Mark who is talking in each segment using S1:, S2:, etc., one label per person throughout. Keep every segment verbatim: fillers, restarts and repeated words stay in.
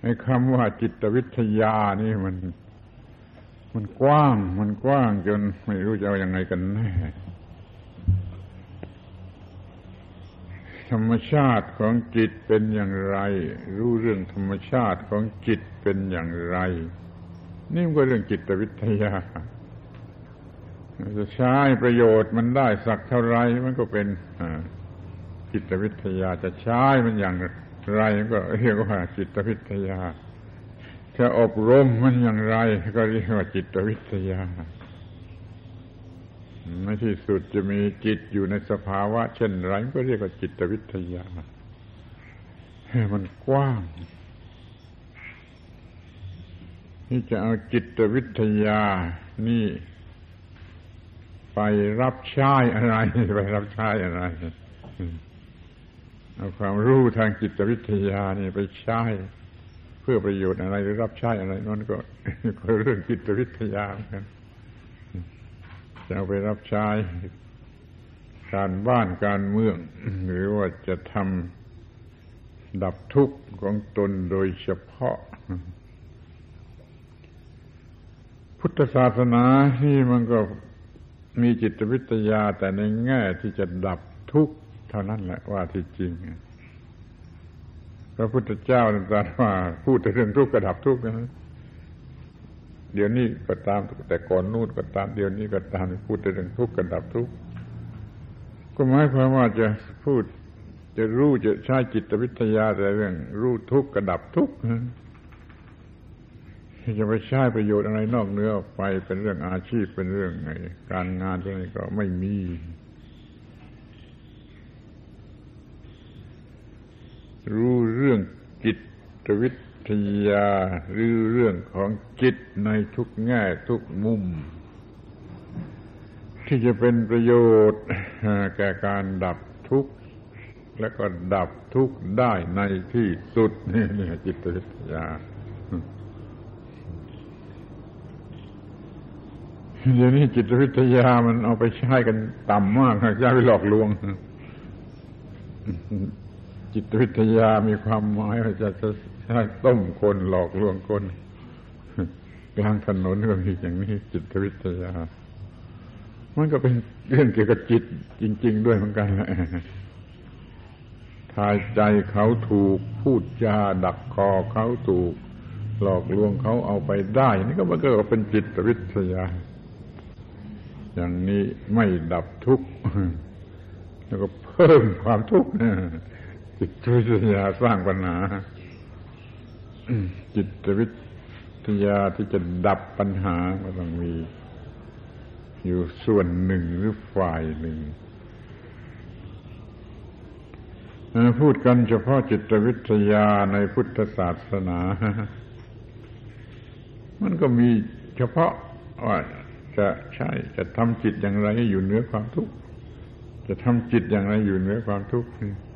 S1: ไอ้คำว่าจิตวิทยานี่มันมันกว้างมันกว้างจนไม่รู้จะเอายังไงกันแน่ธรรมชาติของจิตเป็นอย่างไรรู้เรื่องธรรมชาติของจิตเป็นอย่างไรนี่มันก็เรื่องจิตวิทยาจะใช้ประโยชน์มันได้สักเท่าไรมันก็เป็นจิตวิทยาจะใช้มันอย่างไรก็เรียกว่าจิตวิทยาจะอบรมมันอย่างไรก็เรียกว่าจิตวิทยาในที่สุดจะมีจิตอยู่ในสภาวะเช่นไรก็เรียกว่าจิตวิทยามันกว้างที่จะเอาจิตวิทยานี่ไปรับใช้อะไรไปรับใช้อะไรเอาความรู้ทางจิตวิทยานี่ไปใช้เพื่อประโยชน์อะไรหรือรับใช้อะไรนั่นก็ก็เรื่องจิตวิทยาเหมือนกันจะเอาไปรับใช้การบ้านการเมืองหรือว่าจะทำดับทุกข์ของตนโดยเฉพาะพุทธศาสนาที่มันก็มีจิตวิทยาแต่ในแง่ที่จะดับทุกข์เท่านั้นแหละว่าที่จริงพระพุทธเจ้าตรัสว่าพูดแต่เรื่องทุกข์ก็ดับทุกข์นะเดี๋ยวนี้ก็ตามแต่ก่อนนู่นก็ตามเดี๋ยวนี้ก็ตามพูดแต่เรื่องทุกข์ก็ดับทุกข์ก็หมายความว่าจะพูดจะรู้จะใช้จิตวิทยาแต่เรื่องรู้ทุกข์ก็ดับทุกข์จะไปใช้ประโยชน์อะไรนอกเหนือออกไปเป็นเรื่องอาชีพเป็นเรื่องไงการงานอะไรก็ไม่มีรู้เรื่องจิตวิทยาหรือเรื่องของจิตในทุกแง่ทุกมุมที่จะเป็นประโยชน์แก่การดับทุกข์และก็ดับทุกข์ได้ในที่สุดนี่จิตวิทยาเดี๋ยวนี้จิตวิทยามันเอาไปใช้กันต่ำมากใช้ไปหลอกลวงจิตวิทยามีความหมายว่าจะใช้ต้มคนหลอกลวงคนกลางถนนก็มีอย่างนี้จิตวิทยามันก็เป็นเรื่องเกี่ยวกับจิตจริงๆด้วยเหมือนกันแหละทายใจเขาถูกพูดจาดักคอเขาถูกหลอกลวงเขาเอาไปได้นี่ก็มันก็เป็นจิตวิทยาอย่างนี้ไม่ดับทุกข์แล้วก็เพิ่มความทุกข์จิตวิทยาสร้างปัญหาจิตวิทยาที่จะดับปัญหาก็ต้องมีอยู่ส่วนหนึ่งหรือฝ่ายหนึ่งพูดกันเฉพาะจิตวิทยาในพุทธศาสนามันก็มีเฉพาะว่าจะใช่จะทำจิตอย่างไรให้อยู่เหนือความทุกข์จะทำจิตอย่างไรอยู่เหนือความทุกข์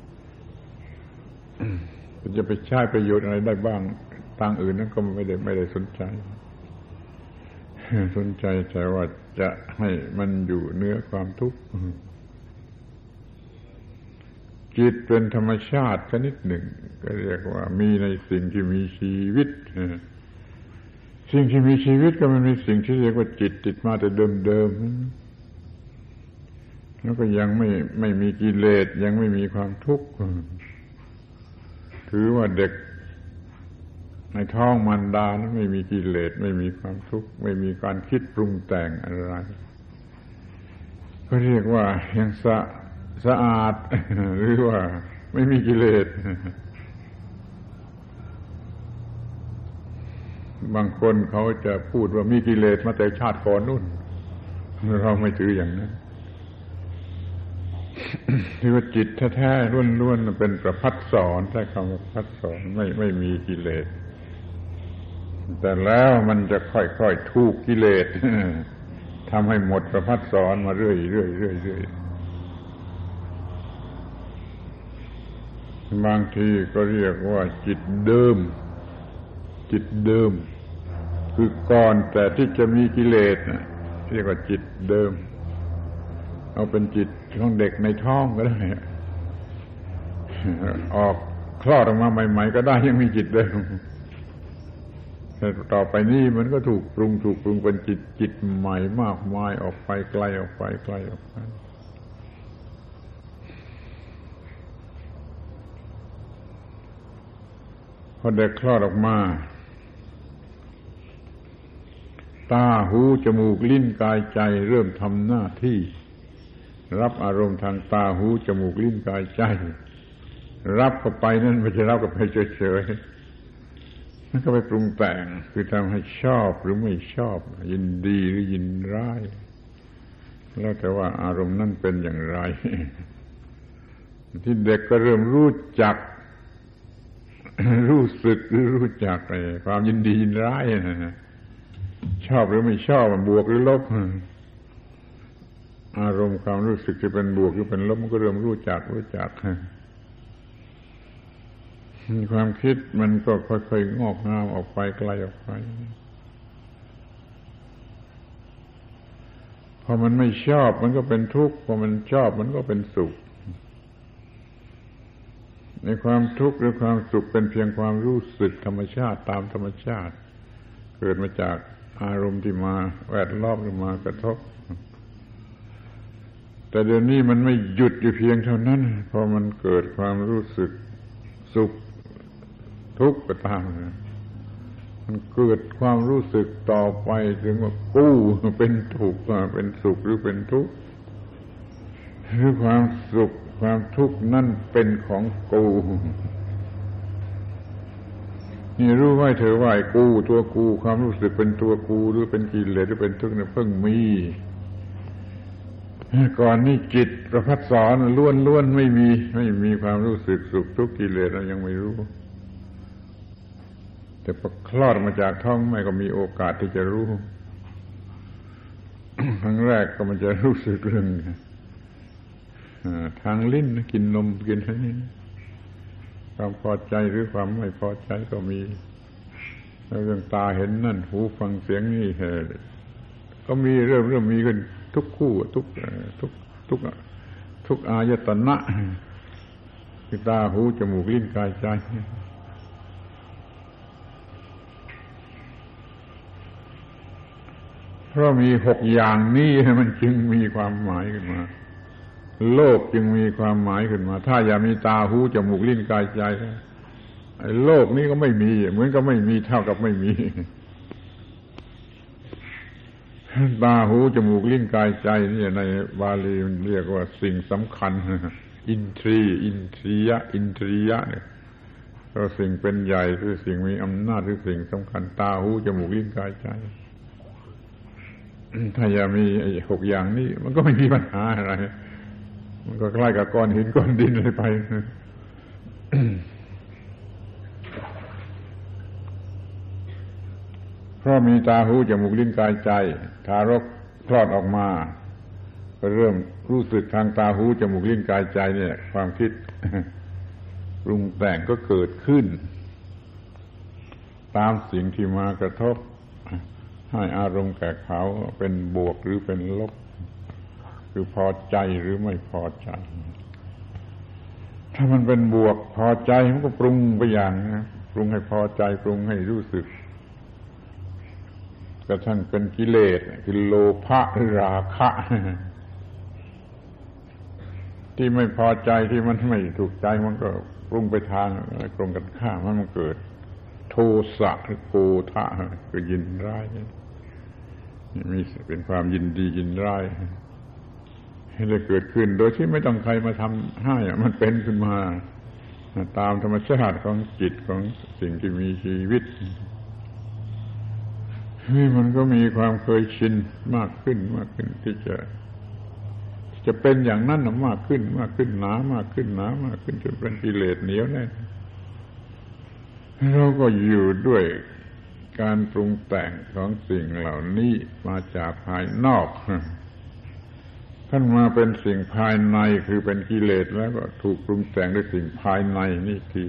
S1: จะไปใช้ประโยชน์อะไรได้บ้างทางอื่นนั้นก็ไม่ได้ไม่ได้สนใจสนใจแต่ว่าจะให้มันอยู่เหนือความทุกข์จิตเป็นธรรมชาติชนิดหนึ่งก็เรียกว่ามีในสิ่งที่มีชีวิตสิ่งที่มีชีวิตก็มันมีสิ่งที่เรียกว่าจิตติดมาแต่เดิมๆแล้วก็ยังไม่ไม่มีกิเลสยังไม่มีความทุกข์ถือว่าเด็กในท้องมารดานั้นไม่มีกิเลสไม่มีความทุกข์ไม่มีการคิดปรุงแต่งอะไรก็เรียกว่ายังสะสะอาดหรือว่าไม่มีกิเลสบางคนเขาจะพูดว่ามีกิเลสมาแต่ชาติก่อนนู่นเราไม่ถืออย่างนั้นที่ว่าจิตแท้ๆล้วนๆเป็นประภัสสรใช้คำว่าประภัสสรไม่ไม่มีกิเลสแต่แล้วมันจะค่อยๆถูกกิเลสทำให้หมดประภัสสรมาเรื่อยๆๆบางทีก็เรียกว่าจิตเดิมจิตเดิมคือก่อนแต่ที่จะมีกิเลสเรียกว่าจิตเดิมเอาเป็นจิตของเด็กในท้องก็ได้ออกคลอดออกมาใหม่ๆก็ได้ยังมีจิตเดิมต่อไปนี้มันก็ถูกปรุงถูกปรุงเป็นจิตจิตใหม่มากมายออกไปไกลออกไปไกลออกไปพอเด็กคลอดออกมาตาหูจมูกลิ้นกายใจเริ่มทำหน้าที่รับอารมณ์ทางตาหูจมูกลิ้นกายใจรับเข้าไปนั่นไม่ใช่รับเข้าไปเฉยๆมันก็ไปปรุงแต่งคือทำให้ชอบหรือไม่ชอบยินดีหรือยินร้ายแล้วแต่ว่าอารมณ์นั่นเป็นอย่างไรที่เด็กก็เริ่มรู้จักรู้สึกหรือรู้จักความยินดียินร้ายนะชอบหรือไม่ชอบบวกหรือลบอารมณ์ความรู้สึกจะเป็นบวกหรือเป็นลบมันก็เริ่มรู้จักรู้จักความคิดมันก็ค่อยๆงอกงามออกไปไกลออกไปพอมันไม่ชอบมันก็เป็นทุกข์พอมันชอบมันก็เป็นสุขในความทุกข์หรือความสุขเป็นเพียงความรู้สึกธรรมชาติตามธรรมชาติเกิดมาจากอารมณ์ที่มาแวดล้อมหรือมากระทบแต่เดี๋ยวนี้มันไม่หยุดอยู่เพียงเท่านั้นพอมันเกิดความรู้สึกสุขทุกข์ก็ตามมันเกิดความรู้สึกต่อไปถึงว่ากู้เป็นทุกข์เป็นสุขหรือเป็นทุกข์หรือความสุขความทุกข์นั่นเป็นของกูนี่รู้ไว้เถอะว่าไอ้กูตัวกูความรู้สึกเป็นตัวกูหรือเป็นกิเลสหรือเป็นทุกข์เนี่ยเพิ่งมีก่อนนี่จิตประภัสสรล้วนๆไม่มีไม่มีความรู้สึกสุขทุกข์กิเลสเรายังไม่รู้แต่พอคลอดมาจากท้องแม่ก็มีโอกาสที่จะรู้ ครั้งแรกก็มันจะรู้สึกเรื่องทางลิ้นกินนมกินอะไรนี่ความพอใจหรือความไม่พอใจก็มีแล้วเรื่องตาเห็นนั่นหูฟังเสียงนี่ก็มีเริ่มเริ่มมีกันทุกคู่ทุกทุกทุกทุกอายตนะคือตาหูจมูกลิ้นกายใจเพราะมีหกอย่างนี้มันจึงมีความหมายขึ้นมาโลกจึงมีความหมายขึ้นมาถ้าอย่ามีตาหูจมูกลิ้นกายใจไอ้โลกนี้ก็ไม่มีเหมือนกับไม่มีเท่ากับไม่มีตาหูจมูกลิ้นกายใจนี่ในบาลีมันเรียกว่าสิ่งสำคัญอินทรีย์อินทรียะอินทรียะเนี่ยก็สิ่งเป็นใหญ่คือสิ่งมีอำนาจคือสิ่งสำคัญตาหูจมูกลิ้นกายใจถ้าอย่ามีไอ้หกอย่างนี้มันก็ไม่มีปัญหาอะไรมันก็คล้ายกับก้อนหินก้อนดินอะไรไปเพราะมีตาหูจมูกลิ้นกายใจทารกคลอดออกมาก็เริ่มรู้สึกทางตาหูจมูกลิ้นกายใจเนี่ยความคิดปรุงแต่งก็เกิดขึ้นตามสิ่งที่มากระทบให้อารมณ์แก่เขาเป็นบวกหรือเป็นลบคือพอใจหรือไม่พอใจถ้ามันเป็นบวกพอใจมันก็ปรุงไปอย่างนะปรุงให้พอใจปรุงให้รู้สึกกระทั่งเป็นกิเลสคือโลภะหรือราคะที่ไม่พอใจที่มันไม่ถูกใจมันก็ปรุงไปทางตรงกันข้ามมันเกิดโทสะหรือโกธะคือยินร้ายมีเป็นความยินดียินร้ายให้ได้เกิดขึ้นโดยที่ไม่ต้องใครมาทำให้มันเป็นขึ้นมาตามธรรมชาติของจิตของสิ่งที่มีชีวิตนี่มันก็มีความเคยชินมากขึ้นมากขึ้นที่จะจะเป็นอย่างนั้นมากขึ้นมากขึ้นหนามากขึ้นหนามากขึ้นจนเป็นกิเลสเหนียวแน่นเราก็อยู่ด้วยการปรุงแต่งของสิ่งเหล่านี้มาจากภายนอกท่านมาเป็นสิ่งภายในคือเป็นกิเลสแล้วก็ถูกปรุงแต่งด้วยสิ่งภายในนี่ที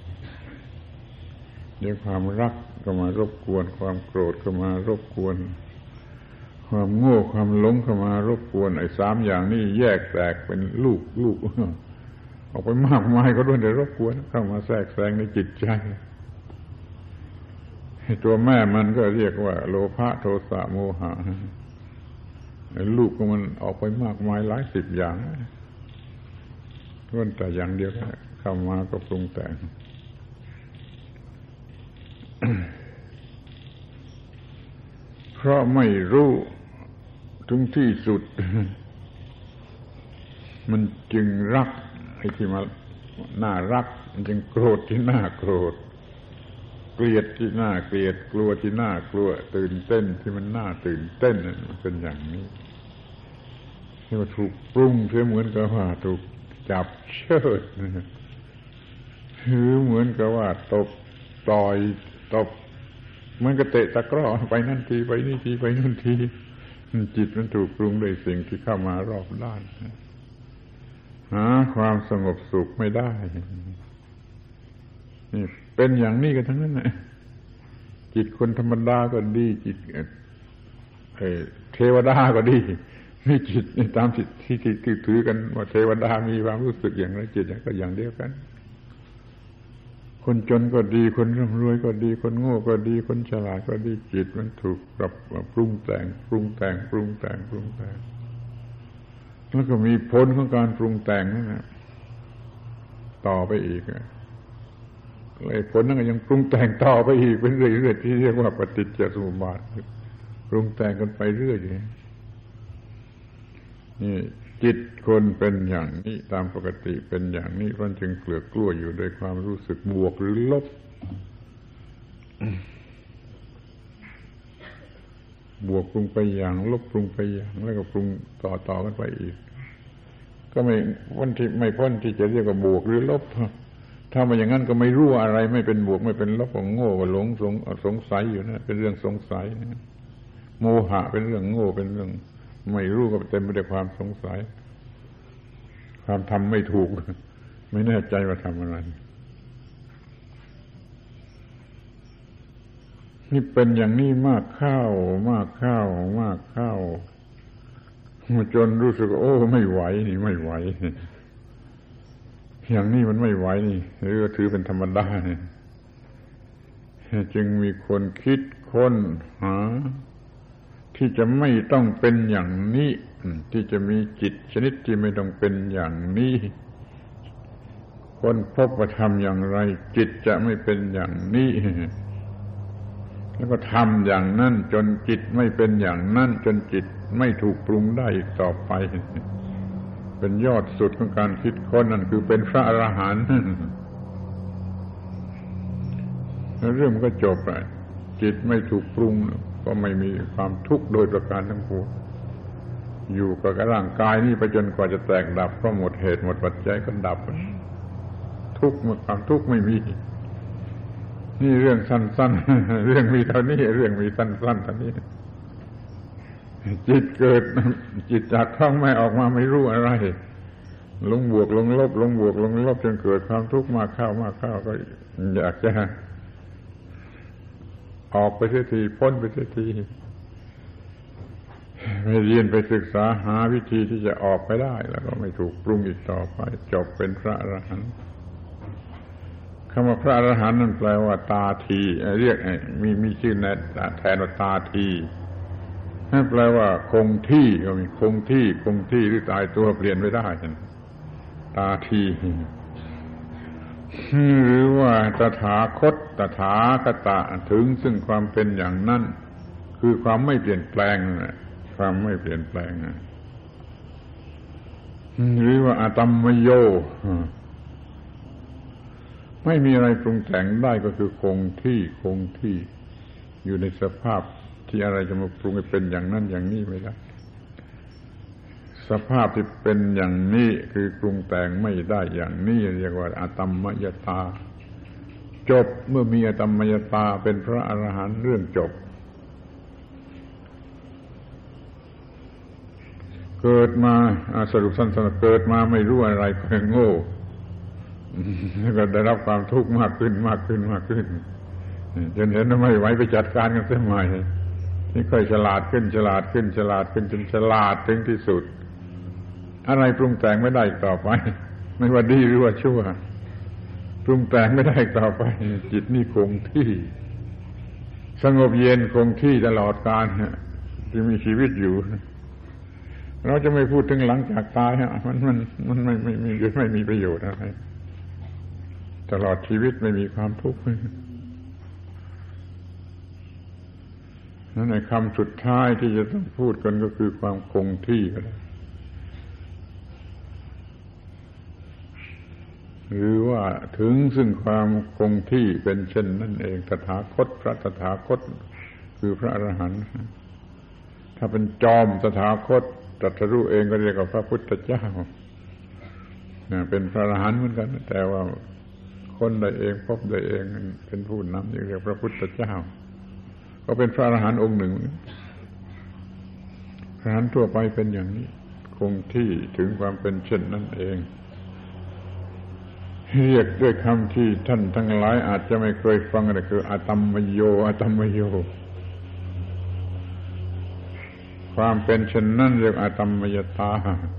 S1: เดี๋ยวความรักก็มารบกวนความโกรธก็มารบกวนความโง่ความหลงก็มารบกวนไอ้สามอย่างนี้แยกแตกเป็นลูกลูกออกไปมากมายก็ด้วยแต่รบกวนเข้ามาแทรกแซงในจิตใจตัวแม่มันก็เรียกว่าโลภะโทสะโมหะลูกของมันออกไปมากมายหลายสิบอย่างล้วนแต่อย่างเดียวกันเข้ามาก็ปรุงแต่งเพราะไม่รู้ถึงที่สุดมันจึงรักไอ้ที่มาน่ารักมันจึงโกรธที่น่าโกรธเกลียดที่น่าเกลียดกลัวที่น่ากลัวตื่นเต้นที่มันน่าตื่นเต้นมันเป็นอย่างนี้ที่ว่าถูกปรุงเสียเหมือนกับว่าถูกจับเชิดหรือเหมือนกับว่าตบต่อยตบเหมือนกับเตะตะกร้อไปนั่นทีไปนี่ทีไปนู่นทีจิตมันถูกปรุงด้วยสิ่งที่เข้ามารอบด้านหาความสงบสุขไม่ได้นี่เป็นอย่างนี้กันทั้งนั้นนะจิตคนธรรมดาก็ดีจิตเทวดาก็ดีนี่จิตตามที่ที่ที่ถือกันว่าเทวดามีความรู้สึกอย่างไรจิตก็อย่างเดียวกันคนจนก็ดีคนร่ำรวยก็ดีคนโง่ก็ดีคนฉลาดก็ดีจิตมันถูกปรับปรุงแต่งปรุงแต่งปรุงแต่งปรุงแต่งแล้วก็มีผลของการปรุงแต่งนั่นนะต่อไปอีกไอ้ผลนั้นก็ยังปรุงแต่งต่อไปอีกเป็นเรื่อยๆที่เรียกว่าปฏิจจสมุปบาทปรุงแต่งกันไปเรื่อยนี่จิตคนเป็นอย่างนี้ตามปกติเป็นอย่างนี้มันจึงเกลือกกลัวอยู่ด้วยความรู้สึกบวกหรือลบ บวกปรุงไปอย่างลบปรุงไปอย่างแล้วก็ปรุงต่อต่อกันไปอีกก็ไม่พ้นที่ไม่พ้นที่จะเรียกว่าบวกหรือลบถ้ามาอย่างนั้นก็ไม่รู้อะไรไม่เป็นบวกไม่เป็นลบก็โง่ก็หลงสงสงสัยอยู่นะเป็นเรื่องสงสัยโมหะเป็นเรื่องโง่เป็นเรื่องไม่รู้ก็เต็มไปด้วยความสงสัยความทำไม่ถูกไม่แน่ใจว่าทำอะไรนี่เป็นอย่างนี้มากเข้ามากเข้ามากเข้าจนรู้สึกโอ้ไม่ไหวนี่ไม่ไหวอย่างนี้มันไม่ไหวนี่หรือถือเป็นธรรมดาเนี่ยจึงมีคนคิดค้นหาที่จะไม่ต้องเป็นอย่างนี้ที่จะมีจิตชนิดที่ไม่ต้องเป็นอย่างนี้คนพบว่าทำอย่างไรจิตจะไม่เป็นอย่างนี้แล้วก็ทำอย่างนั้นจนจิตไม่เป็นอย่างนั้นจนจิตไม่ถูกปรุงได้อีกต่อไปเป็นยอดสุดของการคิดค้นนั่นคือเป็นพระอรหันต์แล้วเรื่องมันก็จบอ่ะจิตไม่ถูกปรุงก็ไม่มีความทุกข์โดยประการทั้งปวงอยู่กับร่างกายนี่ไปจนกว่าจะแตกดับเพราะหมดเหตุหมดปัจจัยก็ดับทุกข์ความทุกข์ไม่มีนี่เรื่องสั้นๆเรื่องมีเท่านี้เรื่องมีสั้นๆเท่านี้จิตเกิดจิตจากท้องแม่ออกมาไม่รู้อะไรลงบวกลงลบลงบวกลงลบจนเกิดความทุกข์มากเข้ามากเข้าก็อยากจะออกไปเสียทีพ้นไปเสียทีไม่เรียนไปศึกษาหาวิธีที่จะออกไปได้แล้วก็ไม่ถูกปรุงอีกต่อไปจบเป็นพระอรหันต์คำว่าพระอรหันต์นั่นแปลว่าตาทีเรียกมีมีชื่อแทนว่าตาทีนั่นแปลว่าคงที่ก็มีคงที่คงที่หรือตายตัวเปลี่ยนไม่ได้ตาทีหรือว่าตถาคตตถาคตถึงซึ่งความเป็นอย่างนั้นคือความไม่เปลี่ยนแปลงความไม่เปลี่ยนแปลงหรือว่าอาตัมมโยไม่มีอะไรปรุงแต่งได้ก็คือคงที่คงที่อยู่ในสภาพที่อะไรจะมาปรุงให้เป็นอย่างนั้นอย่างนี้ไม่ได้สภาพที่เป็นอย่างนี้คือปรุงแต่งไม่ได้อย่างนี้เรียกว่าอาตัมมยตาจบเมื่อมีอาตัมมยตาเป็นพระอรหันต์เรื่องจบเกิดมาสรุปสั้นๆเกิดมาไม่รู้อะไรก็โง่แล้วก็ได้รับความทุกข์มากขึ้นมากขึ้นมากขึ้นจนเห็นว่าไม่ไหวไปจัดการกันเสียใหม่นี่ค่อยฉลาดขึ้นฉลาดขึ้นฉลาดขึ้นจนฉลาดถึงที่สุดอะไรปรุงแต่งไม่ได้ต่อไปไม่ว่าดีหรือว่าชั่วปรุงแต่งไม่ได้ต่อไปจิตนี่คงที่สงบเย็นคงที่ตลอดกาลที่มีชีวิตอยู่เราจะไม่พูดถึงหลังจากตายฮะมันมันมันไม่ไม่ไม่ไม่มีประโยชน์อะไรตลอดชีวิตไม่มีความทุกข์นั่นในคำสุดท้ายที่จะต้องพูดกันก็คือความคงที่ก็ได้หรือว่าถึงซึ่งความคงที่เป็นเช่นนั่นเองตถาคตพระตถาคตคือพระอรหันต์ถ้าเป็นจอมตถาคตตรัสรู้เองก็เรียกว่าพระพุทธเจ้าเป็นพระอรหันต์เหมือนกันแต่ว่าคนได้เองพบได้เองเป็นผู้นำเรียกพระพุทธเจ้าก็เป็นพระอรหันต์องค์หนึ่งพระอรหันต์ทั่วไปเป็นอย่างนี้คงที่ถึงความเป็นเช่นนั้นเองเรียกด้วยคำที่ท่านทั้งหลายอาจจะไม่เคยฟังก็คืออาตัมมโยอาตัมมโยความเป็นเช่นนั้นเรียกอาตัมมยตา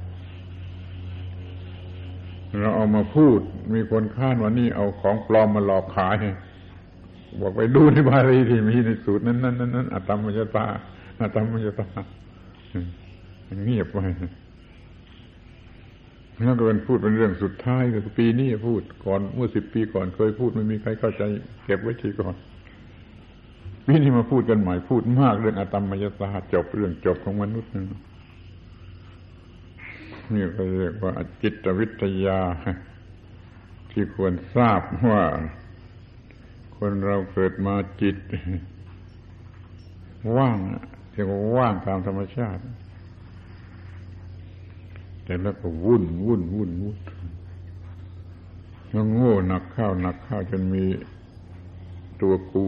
S1: เราเอามาพูดมีคนค้านว่านี่เอาของปลอมมาหลอกขายบอกไปดูในบาลีที่มีในสูตรนั้นนั้นนั้นอาตัมมยตาอาตัมมยตาเงียบไปนั่นก็เป็นพูดเป็นเรื่องสุดท้ายคือปีนี้พูดก่อนเมื่อสิบปีก่อนเคยพูดไม่มีใครเข้าใจเก็บไว้ทีก่อนปีนี้มาพูดกันใหม่พูดมากเรื่องอาตัมมยตาจบเรื่องจบของมนุษย์นี่ก็เรียกว่าจิตวิทยาที่ควรทราบว่าคนเราเกิดมาจิตว่างเรียกว่าว่างตามธรรมชาติแต่แล้วก็วุ่นวุ่นวุ่นวุ่นแล้วโง่หนักเข้าหนักเข้าจนมีตัวกู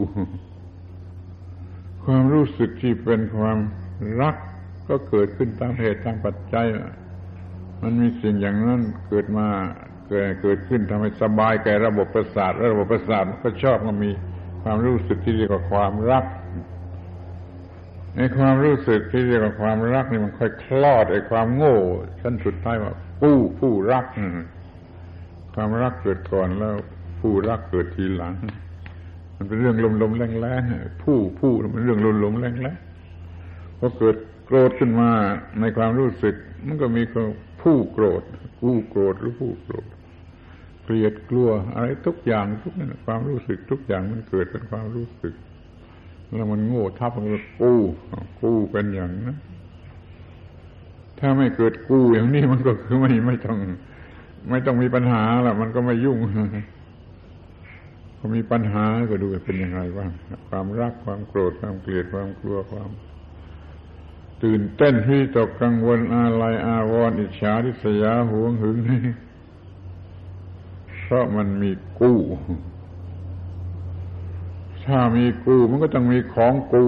S1: ความรู้สึกที่เป็นความรักก็เกิดขึ้นตามเหตุตามปัจจัยมันมีสิ่งอย่างนั้นเกิดมาเกิดเกิดขึ้นทำให้สบายแก่ระบบประสาทระบบประสาทมันก็ชอบมันมีความรู้สึกที่เรียกว่าความรักในความรู้สึกที่เรียกว่าความรักนี่มันค่อยคลอดไอ้ความโง่ชั้นสุดท้ายว่าผู้ผู้รักความรักเกิดก่อนแล้วผู้รักเกิดทีหลังมันเป็นเรื่องลมๆแรงๆผู้ผู้มันเรื่องลมๆแรงๆพอเกิดโกรธขึ้นมาในความรู้สึกมันก็มีผู้โกรธผู้โกรธหรือผู้โกรธเกลียดกลัวอะไรทุกอย่างทุกนั้นความรู้สึกทุกอย่างมันเกิดเป็นความรู้สึกแล้วมันโง่ทับมันก็กู้กู้เป็นอย่างนั้นถ้าไม่เกิดกู้อย่างนี้มันก็คือไม่ไม่ต้องไม่ต้องมีปัญหาละมันก็ไม่ยุ่งพอมีปัญหาก็ดูเป็นยังไงบ้างความรักความโกรธความเกลียดความกลัวความตื่นเต้นวิตกกังวลอาลัยอาวรณ์อิจฉาริษยาหวงหึงนี่เพราะมันมีกู้ถ้ามีกูมันก็ต้องมีของกู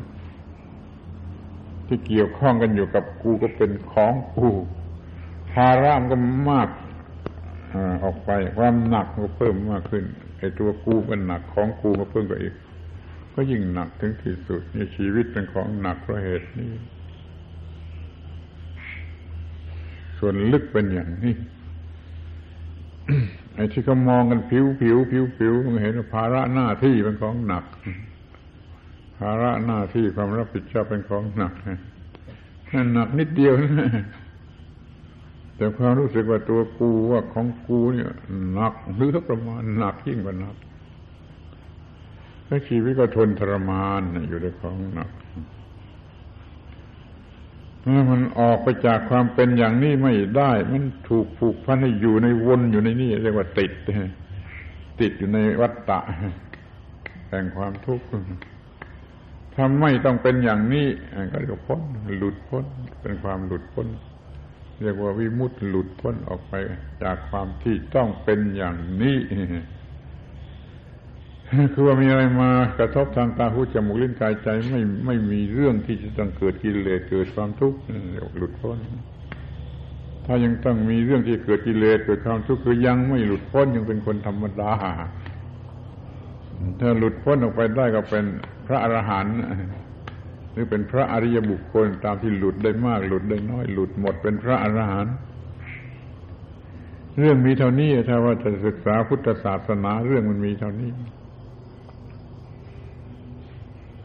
S1: ที่เกี่ยวข้องกันอยู่กับกูก็เป็นของกูภาระมันก็มากออกไปความหนักก็เพิ่มมากขึ้นไอ้ตัวกูมันหนักของกูก็เพิ่มไปอีกก็ยิ่งหนักถึงที่สุดนี่ชีวิตเป็นของหนักเพราะเหตุนี้ส่วนลึกเป็นอย่างนี้ ไอ้ที่เขามองกันผิวผิวผิวผิวมันเห็นว่าภาระหน้าที่เป็นของหนักภาระหน้าที่ความรับผิดชอบเป็นของหนักนั่นหนักนิดเดียวนะแต่ความรู้สึกว่าตัวกูว่าของกูเนี่ยหนักหรือประมาณหนักยิ่งกว่าหนักแล้วชีวิตก็ทนทรมานอยู่ในของหนักถ้ามันออกไปจากความเป็นอย่างนี้ไม่ได้มันถูกผูกพันให้อยู่ในวนอยู่ในนี่เรียกว่าติดติดอยู่ในวัฏฏะแห่งความทุกข์ถ้าไม่ต้องเป็นอย่างนี้ก็เรียกพ้นหลุดพ้นเป็นความหลุดพ้นเรียกว่าวิมุตติหลุดพ้นออกไปจากความที่ต้องเป็นอย่างนี้คือว่ามีอะไรมากระทบทางตาหูจมูกลิ้นกายใจไม่ไม่มีเรื่องที่จะต้องเกิดกิเลสเกิดความทุกข์หลุดพ้นถ้ายังต้องมีเรื่องที่เกิดกิเลสเกิดความทุกข์คือยังไม่หลุดพ้นยังเป็นคนธรรมดาถ้าหลุดพ้นออกไปได้ก็เป็นพระอรหันต์หรือเป็นพระอริยบุคคลตามที่หลุดได้มากหลุดได้น้อยหลุดหมดเป็นพระอรหันต์เรื่องมีเท่านี้ถ้าว่าจะศึกษาพุทธศาสนาเรื่องมันมีเท่านี้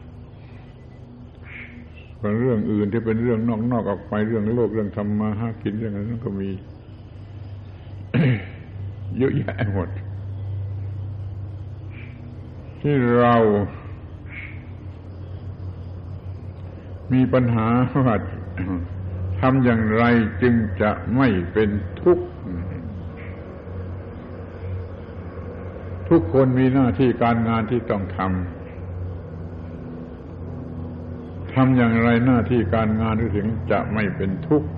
S1: ก็เรื่องอื่นที่เป็นเรื่องนอกๆออกไปเรื่องโลกเรื่องทำมาหากินเรื่องนั้นก็มี เยอะแยะหมดที่เรามีปัญหาว่าทำอย่างไรจึงจะไม่เป็นทุกข์ทุกคนมีหน้าที่การงานที่ต้องทำทำอย่างไรหน้าที่การงานถึงจะไม่เป็นทุกข์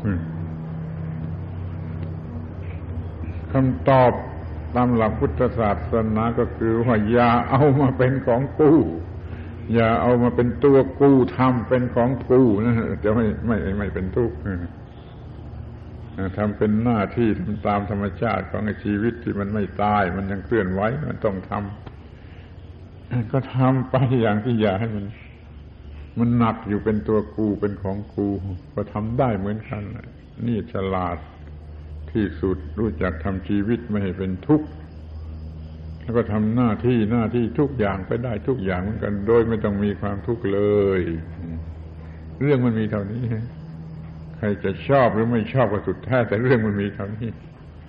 S1: คำตอบตามหลักพุทธศาสนาก็คือว่าอย่าเอามาเป็นของกูอย่าเอามาเป็นตัวกูทำเป็นของกูนะจะไม่ไม่ไม่เป็นทุกข์ทำเป็นหน้าที่ทำตามธรรมชาติของชีวิตที่มันไม่ตายมันยังเคลื่อนไหวมันต้องทำก็ทำไปอย่างที่อย่าให้มันมันหนักอยู่เป็นตัวกูเป็นของกูก็ทำได้เหมือนกันนี่ฉลาดที่สุดรู้จักทำชีวิตไม่ให้เป็นทุกข์แล้วก็ทำหน้าที่หน้าที่ทุกอย่างไปได้ทุกอย่างเหมือนกันโดยไม่ต้องมีความทุกข์เลยเรื่องมันมีเท่านี้ใครจะชอบหรือไม่ชอบก็สุดแท้แต่เรื่องมันมีเท่านี้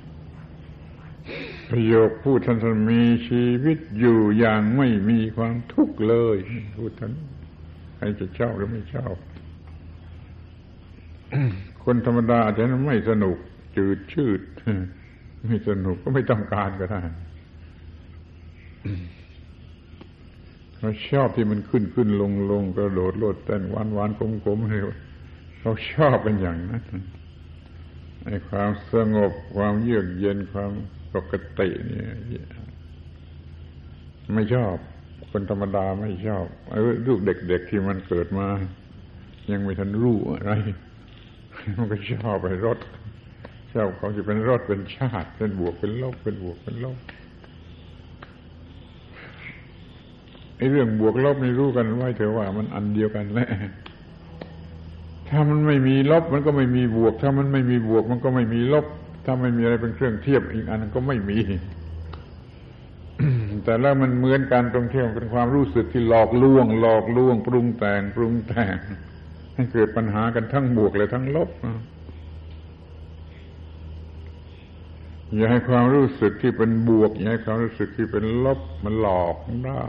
S1: ประโยคพูดท่านมีชีวิตอยู่อย่างไม่มีความทุกข์เลยพูดท่านใครจะชอบหรือไม่ชอบคนธรรมดาอาจจะไม่สนุกจืดชืดไม่สนุกก็ไม่ต้องการก็ได้เขาชอบที่มันขึ้นขึ้นลงลงกระโดดโลดเต้นหวานหวานกลมกลมเลยเขาชอบเป็นอย่างนั้นไอ้ความสงบความเยือกเย็นความปกตินี่ไม่ชอบคนธรรมดาไม่ชอบไอ้ลูกเด็กๆที่มันเกิดมายังไม่ทันรู้อะไรมันก็ชอบไปรถชอบเขาจะเป็นรถเป็นชาติเป็นบวกเป็นลบเป็นบวกเป็นลบไอ้เรื่องบวกลบนี่รู้กันไว้เถอะว่ามันอันเดียวกันแหละถ้ามันไม่มีลบมันก็ไม่มีบวกถ้ามันไม่มีบวกมันก็ไม่มีลบถ้าไม่มีอะไรเป็นเครื่องเทียบอีกอันก็ไม่มี แต่แล้วมันเหมือนกันตรงที่มันเป็นความรู้สึกที่หลอกลวงหลอกลวงปรุงแต่งปรุงแต่งให้เกิดปัญหากันทั้งบวกและทั้งลบอย่าให้ความรู้สึกที่เป็นบวกอย่าให้ความรู้สึกที่เป็นลบมันหลอกได้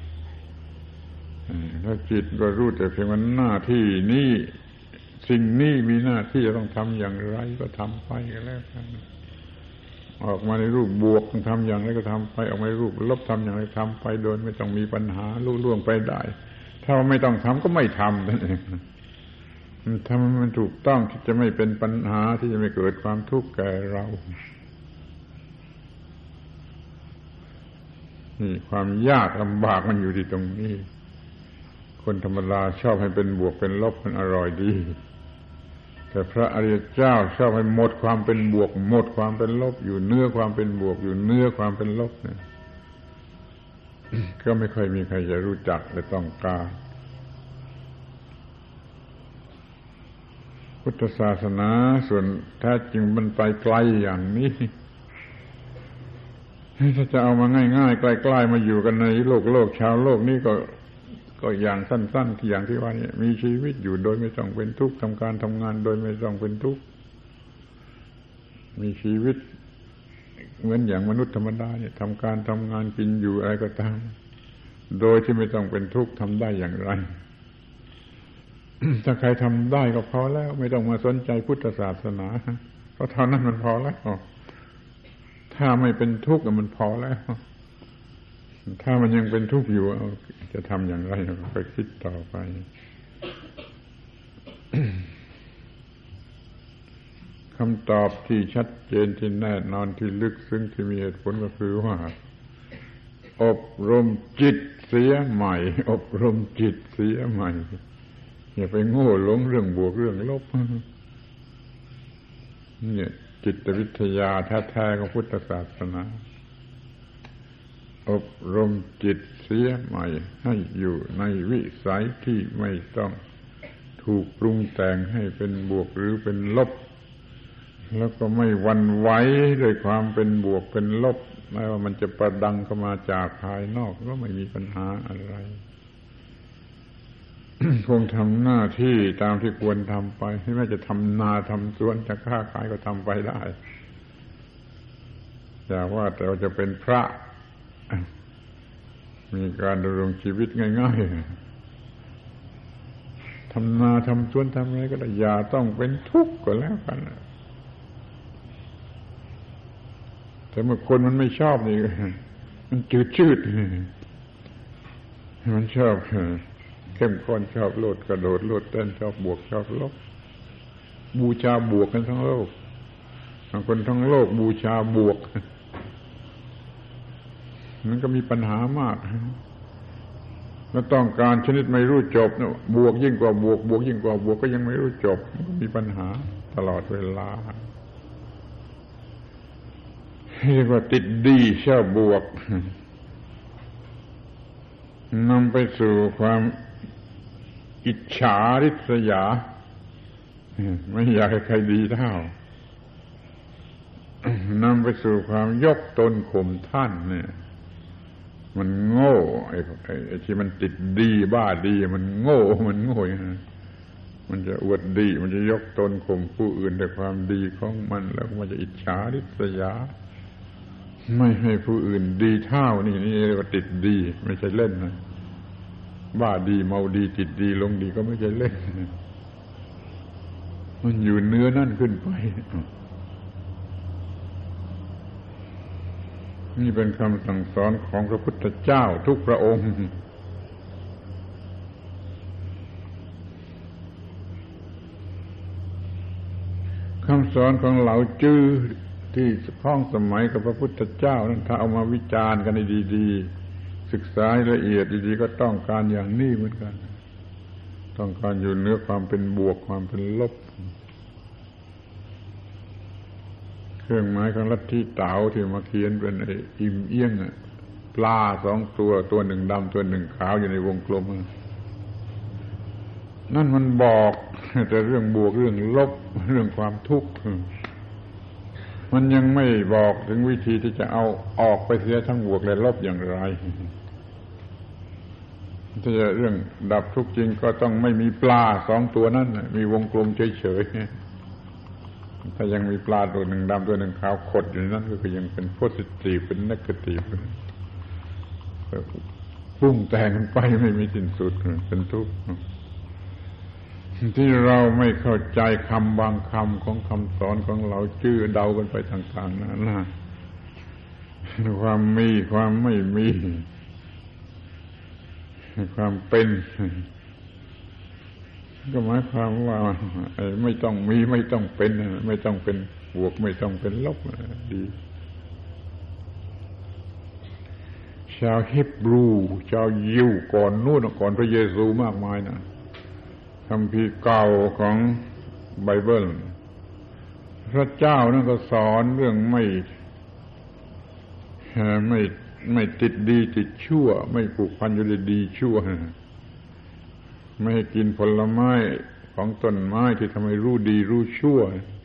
S1: ถ้าจิตก็รู้แต่เพียงว่าหน้าที่นี้สิ่งนี้มีหน้าที่จะต้องทำอย่างไรก็ทำไปกันแล้วกันออกมาในรูปบวกต้องทำอย่างไรก็ทำไปออกมาในรูปลบทำอย่างไรทำไปโดยไม่ต้องมีปัญหาลุล่วงไปได้ถ้าไม่ต้องทำก็ไม่ทำนั่นเองทำมันถูกต้องที่จะไม่เป็นปัญหาที่จะไม่เกิดความทุกข์แก่เรานี่ความยากลำบากมันอยู่ที่ตรงนี้คนธรรมดาชอบให้เป็นบวกเป็นลบมันอร่อยดีแต่พระอริยเจ้าชอบให้หมดความเป็นบวกหมดความเป็นลบอยู่เนื้อความเป็นบวกอยู่เนื้อความเป็นลบเนี่ย ก็ไม่ค่อยมีใครจะรู้จักและต้องการพุทธศาสนาส่วนแท้จริงมันไปไกลอย่างนี้ถ้าจะเอามาง่ายๆใกล้ๆมาอยู่กันในโลกโลกชาวโลกนี่ก็ก็อย่างสั้นๆที่อย่างที่ว่านี่มีชีวิตอยู่โดยไม่ต้องเป็นทุกข์ทำการทำงานโดยไม่ต้องเป็นทุกข์มีชีวิตเหมือนอย่างมนุษย์ธรรมดาเนี่ยทำการทำงานกินอยู่อะไรก็ตามโดยที่ไม่ต้องเป็นทุกข์ทำได้อย่างไร ถ้าใครทำได้ก็พอแล้วไม่ต้องมาสนใจพุทธศาสนาเพราะเท่านั้นมันพอแล้วถ้าไม่เป็นทุกข์มันพอแล้วถ้ามันยังเป็นทุกข์อยู่จะทำอย่างไรเราไปคิดต่อไป คำตอบที่ชัดเจนที่แน่นอนที่ลึกซึ้งที่มีเหตุผลก็คือว่าอบรมจิตเสียใหม่อบรมจิตเสียใหม่อย่าไปโง่หลงเรื่องบวกเรื่องลบเนี่ยจิตวิทยาแท้ๆของพุทธศาสนาอบรมจิตเสียใหม่ให้อยู่ในวิสัยที่ไม่ต้องถูกปรุงแต่งให้เป็นบวกหรือเป็นลบแล้วก็ไม่หวั่นไหวด้วยความเป็นบวกเป็นลบแม้ว่ามันจะประดังเข้ามาจากภายนอกก็ไม่มีปัญหาอะไรคงทำหน้าที่ตามที่ควรทำไปไม่ว่าจะทำนาทำสวนจะค้าขายก็ทำไปได้อย่าว่าแต่เราจะเป็นพระมีการดำรงชีวิตง่ายๆทำนาทำสวนทำอะไรก็ได้อย่าต้องเป็นทุกข์ก็แล้วกันแต่เมื่อคนมันไม่ชอบนี่มันจืดชืดมันชอบเข้มข้นชอบโลดกระโดดโลดเต้นชอบบวกชอบลบบูชาบวกกันทั้งโลกคนทั้งโลกบูชาบวกมันก็มีปัญหามากแล้วต้องการชนิดไม่รู้จบนะบวกยิ่งกว่าบวกบวกยิ่งกว่าบวกก็ยังไม่รู้จบมันก็มีปัญหาตลอดเวลาเรียกว่าติดดีชอบบวกนำไปสู่ความอิจฉาริษยาไม่อยากให้ใครดีเท่านำไปสู่ความยกตนข่มท่านเนี่ยมันโง่ไอ้ไอ้ที่มันติดดีบ้าดีมันโง่มันโง่มันจะอวดดีมันจะยกตนข่มผู้อื่นด้วยความดีของมันแล้วมันจะอิจฉาริษยาไม่ให้ผู้อื่นดีเท่านี่นี่เรียกว่าติดดีไม่ใช่เล่นนะบ้าดีเมาดีติดดีลงดีก็ไม่ใช่เล่นมันอยู่เนื้อนั่นขึ้นไปนี่เป็นคำสั่งสอนของพระพุทธเจ้าทุกพระองค์คำสอนของเหล่าจื้อที่พ้องสมัยกับพระพุทธเจ้านั้นถ้าเอามาวิจารณ์กันให้ดีๆศึกษาละเอียดดีๆก็ต้องการอย่างนี้เหมือนกันต้องการอยู่เหนือความเป็นบวกความเป็นลบเครื่องหมายของลัทธิเต๋าที่มาเขียนเป็นไอ้อิ่มเอี้ยงปลาสองตัวตัวหนึ่งดำตัวหนึ่งขาวอยู่ในวงกลมนั่นมันบอกแต่เรื่องบวกเรื่องลบเรื่องความทุกข์มันยังไม่บอกถึงวิธีที่จะเอาออกไปเสียทั้งบวกและลบอย่างไรถ้าจะเรื่องดับทุกข์จริงก็ต้องไม่มีปลาสองตัวนั่นมีวงกลมเฉยๆถ้ายังมีปลาตัวหนึ่งดำตัวหนึ่งขาวขดอยู่นั่นก็คือยังเป็นโพสิทีฟเป็นเนกาทีฟปุ้งแต่งกันไปไม่มีสิ้นสุดเป็นทุกข์ที่เราไม่เข้าใจคำบางคำของคำสอนของเราจื้อเดากันไปต่างๆนั่นนะความมีความไม่มีความเป็นก็หมายความว่าไม่ต้องมีไม่ต้องเป็นไม่ต้องเป็นบวกไม่ต้องเป็นลบดีชาวฮิบรูชาวยิวก่อนนู่นก่อนพระเยซูมากมายนะคัมภีร์เก่าของไบเบิลพระเจ้านั่นก็สอนเรื่องไม่ไม่ไม่ติดดีติดชั่วไม่ผูกพันอยู่ในดีชั่วไม่ให้กินผลไม้ของต้นไม้ที่ทำให้รู้ดีรู้ชั่ว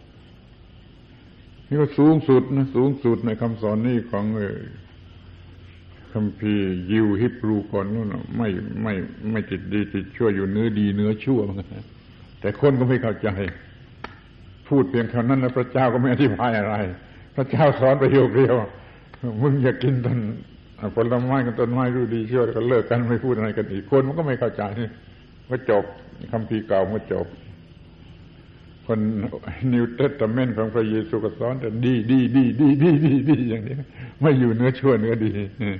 S1: นี่ก็สูงสุดนะสูงสุดในคำสอนนี้ของคัมภีร์ยิวฮิบรูก่อนนู่นไม่ไม่ไม่ติดดีติดชั่วอยู่เนื้อดีเนื้อชั่วแต่คนก็ไม่เข้าใจพูดเพียงเท่านั้นแล้วพระเจ้าก็ไม่อธิบายอะไรพระเจ้าสอนประโยคเดียวมึงอย่ากินต้นผลไม้กับต้นไม้รู้ดีชั่วก็เลิกกันไม่พูดอะไรกันอีกคนมันก็ไม่เข้าใจก็จบคัมภีร์เก่าก็จบคนนิวเทสตาเมนต์ของพระเยซูก็สอนแต่ดีดีดีดีดีดีดีอย่างนี้ไม่อยู่เนื้อชั่วเนื้อดี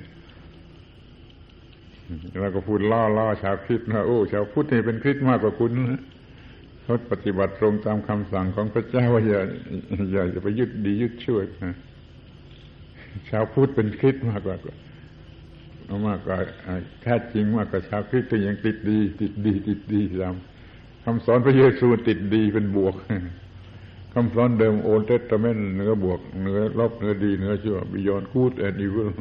S1: เราก็พูดล่อล่อชาวคริสต์นะโอ้ชาวพุทธนี่เป็นคริสต์มากกว่าคุณนะเขาปฏิบัติตรงตามคำสั่งของพระเจ้าว่าอย่าอย่าจะไปยึดดียึดชั่วนะชาวพุทธเป็นคริสต์มากกว่ามากกว่าแท้จริงมากกว่าชาวคริสต์ที่ยังติดดีติดดีติดดีตามคำสอนพระเยซูติดดีเป็นบวกคำสอนเดิมโอลด์เทสตาเมนต์เนื้อบวกเนื้อลบเนื้อดีเนื้อชั่ว Beyond Good and Evil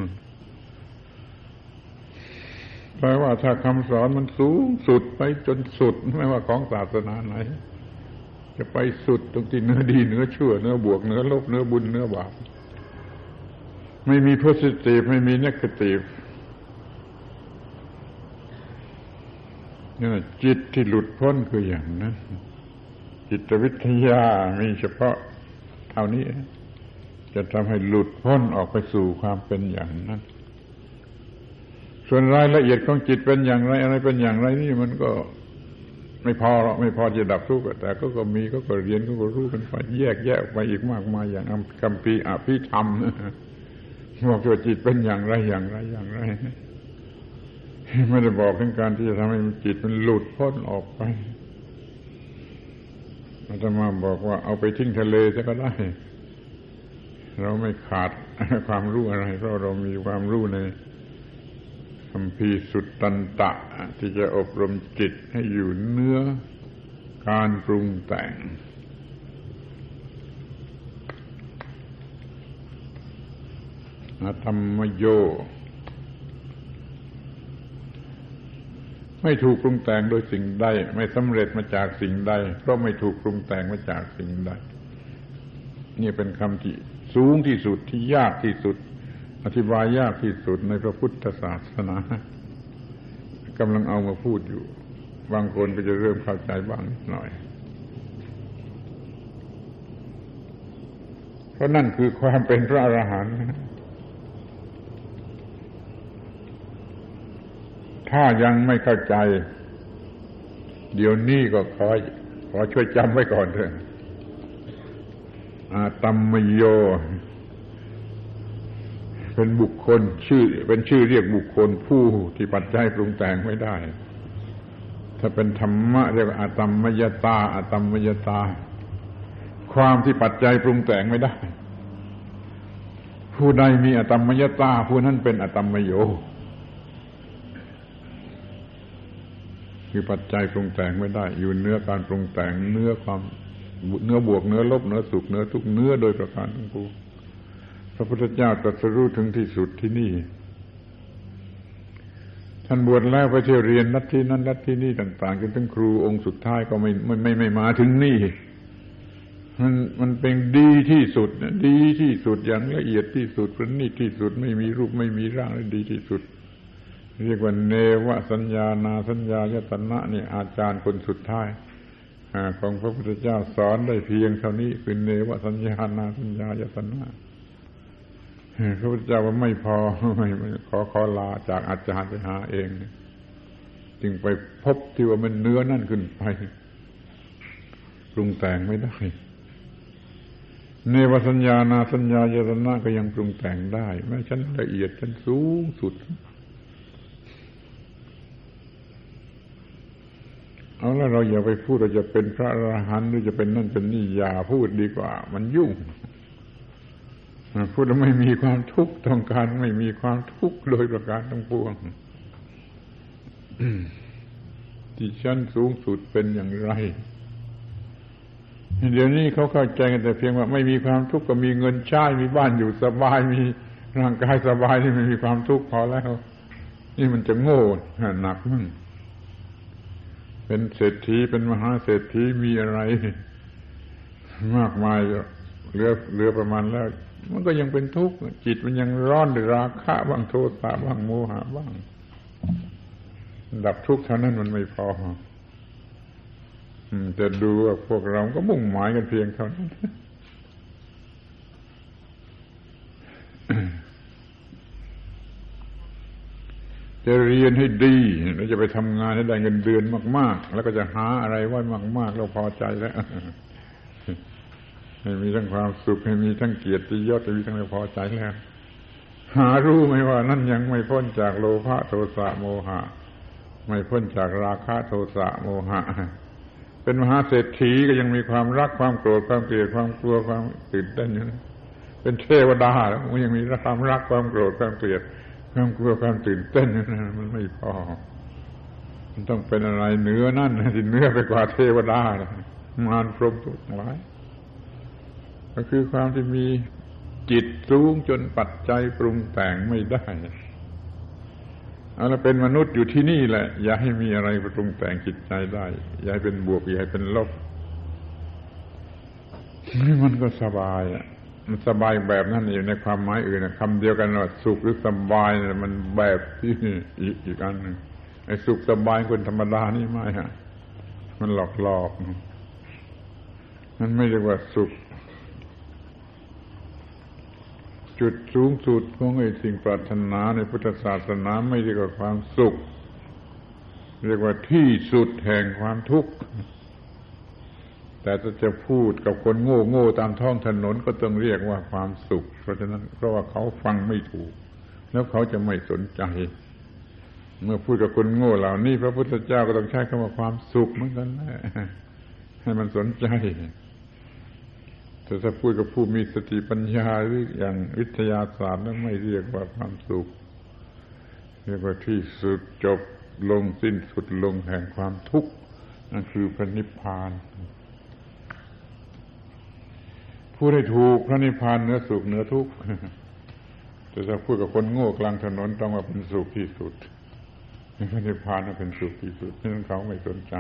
S1: แปลว่าถ้าคำสอนมันสูงสุดไปจนสุดไม่ว่าของศาสนาไหนจะไปสุดตรงที่เนื้อดีเนื้อชั่วเนื้อบวกเนื้อลบเนื้อบุญเนื้อบาปไม่มี positive ไม่มี negative นั่นจิตที่หลุดพ้นคืออย่างนั้นจิตวิทยามีเฉพาะเท่านี้จะทำให้หลุดพ้นออกไปสู่ความเป็นอย่างนั้นส่วนรายละเอียดของจิตเป็นอย่างไรอะไรเป็นอย่างไรนี่มันก็ไม่พอหรอกไม่พอจะดับทุกข์แต่ก็ก็มีก็ก็เรียนก็ก็รู้กันไปแยกแยะออกไปอีกมากมายอย่างคัมภีร์อภิธรรมบอกว่าจิตเป็นอย่างไรอย่างไรอย่างไรไม่ได้บอกถึงการที่จะทำให้จิตมันหลุดพ้นออกไปอาตมาบอกว่าเอาไปทิ้งทะเลซะก็ได้เราไม่ขาดความรู้อะไรเพราะเรามีความรู้ในคัมภีร์สุตตันตะที่จะอบรมจิตให้อยู่เนื้อการปรุงแต่งอาตมโยไม่ถูกปรุงแต่งโดยสิ่งใดไม่สำเร็จมาจากสิ่งใดเพราะไม่ถูกปรุงแต่งมาจากสิ่งใดนี่เป็นคำที่สูงที่สุดที่ยากที่สุดอธิบายยากที่สุดในพระพุทธศาสนากำลังเอามาพูดอยู่บางคนก็จะเริ่มเข้าใจบ้างนิดหน่อยเพราะนั่นคือความเป็นพระอรหันต์ถ้ายังไม่เข้าใจเดี๋ยวนี้ก็ขอขอช่วยจำไว้ก่อนเถอะอาตัมมโยเป็นบุคคลชื่อเป็นชื่อเรียกบุคคลผู้ที่ปัจจัยปรุงแต่งไม่ได้ถ้าเป็นธรรมะเรียกว่าอาตัมมยตาอาตัมมยตาความที่ปัจจัยปรุงแต่งไม่ได้ผู้ใดมีอาตัมมยตาผู้นั้นเป็นอาตัมมโยคือปัจจัยปรุงแต่งไม่ได้อยู่เนื้อการปรุงแต่งเนื้อความเนื้อบวกเนื้อลบเนื้อสุขเนื้อทุกข์เนื้อโดยประการทั้งปวงพระพุทธเจ้าตรัสรู้ถึงที่สุดที่นี่ท่านบวชแล้วไปเที่ยวเรียนนัดที่นั้นนัดที่นี่ต่างๆจนถึงครูองค์สุดท้ายก็ไม่ไม่ไม่ไม่มาถึงนี่มันมันเป็นดีที่สุดนะดีที่สุดอย่างละเอียดที่สุดประณีตที่สุดไม่มีรูปไม่มีร่างและดีที่สุดเรียกว่าเนวสัญญานาสัญญายตนะนี่อาจารย์คนสุดท้ายของพระพุทธเจ้าสอนได้เพียงเท่านี้คือเนวสัญญานาสัญญายตนะพระพุทธเจ้าว่าไม่พอไม่ขอขอลาจากอาจารย์ไปหาเองจึงไปพบที่ว่ามันเนื้อนั่นขึ้นไปปรุงแต่งไม่ได้เนวสัญญานาสัญญายตนะก็ยังปรุงแต่งได้แม้ชั้นละเอียดชั้นสูงสุดเอาแล้วเราอย่าไปพูดเราจะเป็นพระอรหันต์หรือจะเป็นนั่นเป็นนี่อย่าพูดดีกว่ามันยุ่งพูดแล้วไม่มีความทุกข์ต้องการไม่มีความทุกข์โดยประการทั้งปวงที่ชั้นสูงสุดเป็นอย่างไรเดี๋ยวนี้เขาเข้าใจกันแต่เพียงว่าไม่มีความทุกข์ก็มีเงินใช้มีบ้านอยู่สบายมีร่างกายสบายที่ไม่มีความทุกข์พอแล้วนี่มันจะโง่หนักมั้งเป็นเศรษฐีเป็นมหาเศรษฐีมีอะไรมากมายเหลือเหลือประมาณแล้วมันก็ยังเป็นทุกข์จิตมันยังร้อนด้วยราคะบ้างโทสะบ้างโมหะบ้างดับทุกข์เท่านั้นมันไม่พอจะดูว่าพวกเราก็มุ่งหมายกันเพียงเท่านั้นจะเรียนให้ดีแล้วจะไปทำงานให้ได้เงินเดือนมากๆแล้วก็จะหาอะไรไว้มากๆเราพอใจแล้วให้มีทั้งความสุขให้มีทั้งเกียรติยศให้มีทั้งพอใจแล้วหารู้ไหมว่านั่นยังไม่พ้นจากโลภะโทสะโมหะไม่พ้นจากราคะโทสะโมหะเป็นมหาเศรษฐีก็ยังมีความรักความโกรธความเกลียดความกลัวความตื่นเต้นอยู่เป็นเทวดาแล้วมันยังมีความรักความโกรธความเกลียดความกลัวความตื่นเต้นนะมันไม่พอมันต้องเป็นอะไรเหนือนั่นที่เหนือไปกว่าเทวดามารพรหมทุกหลายก็คือความที่มีจิตสูงจนปัจจัยปรุงแต่งไม่ได้เอาละเป็นมนุษย์อยู่ที่นี่แหละอย่าให้มีอะไรปรุงแต่งจิตใจได้อย่าให้เป็นบวกอย่าให้เป็นลบมันก็สบายอ่ะมันสบายแบบนั้นอยู่ในความหมายอื่นนะคำเดียวกันว่าสุขหรือสบายเนี่ยมันแบบที่อีกอีกอันนึงไอ้สุขสบายคนธรรมดานี่ไม่ฮะมันหลอกๆมันไม่เรียกว่าสุขจุดสูงสุดของไอ้สิ่งปรารถนาในพุทธศาสนาไม่เรียกว่าความสุขเรียกว่าที่สุดแห่งความทุกข์แต่ถ้าจะพูดกับคนโง่โง่ตามท้องถนนก็ต้องเรียกว่าความสุขเพราะฉะนั้นเพราะว่าเขาฟังไม่ถูกแล้วเขาจะไม่สนใจเมื่อพูดกับคนโง่เหล่านี้พระพุทธเจ้าก็ต้องใช้คำว่าความสุขเหมือนกันนะให้มันสนใจแต่ถ้าพูดกับผู้มีสติปัญญาหรืออย่างวิทยาศาสตร์นั้นไม่เรียกว่าความสุขเรียกว่าที่สุดจบลงสิ้นสุดลงแห่งความทุกข์นั่นคือพระนิพพานพูดให้ถูกพระนิพพานเหนือสุขเหนือทุกข์แต่ถ้าพูดกับคนโง่กลางถนนต้องว่าเป็นสุขที่สุดพระนิพพานเป็นสุขที่สุดเพราะฉะนั้นเขาไม่สนใจ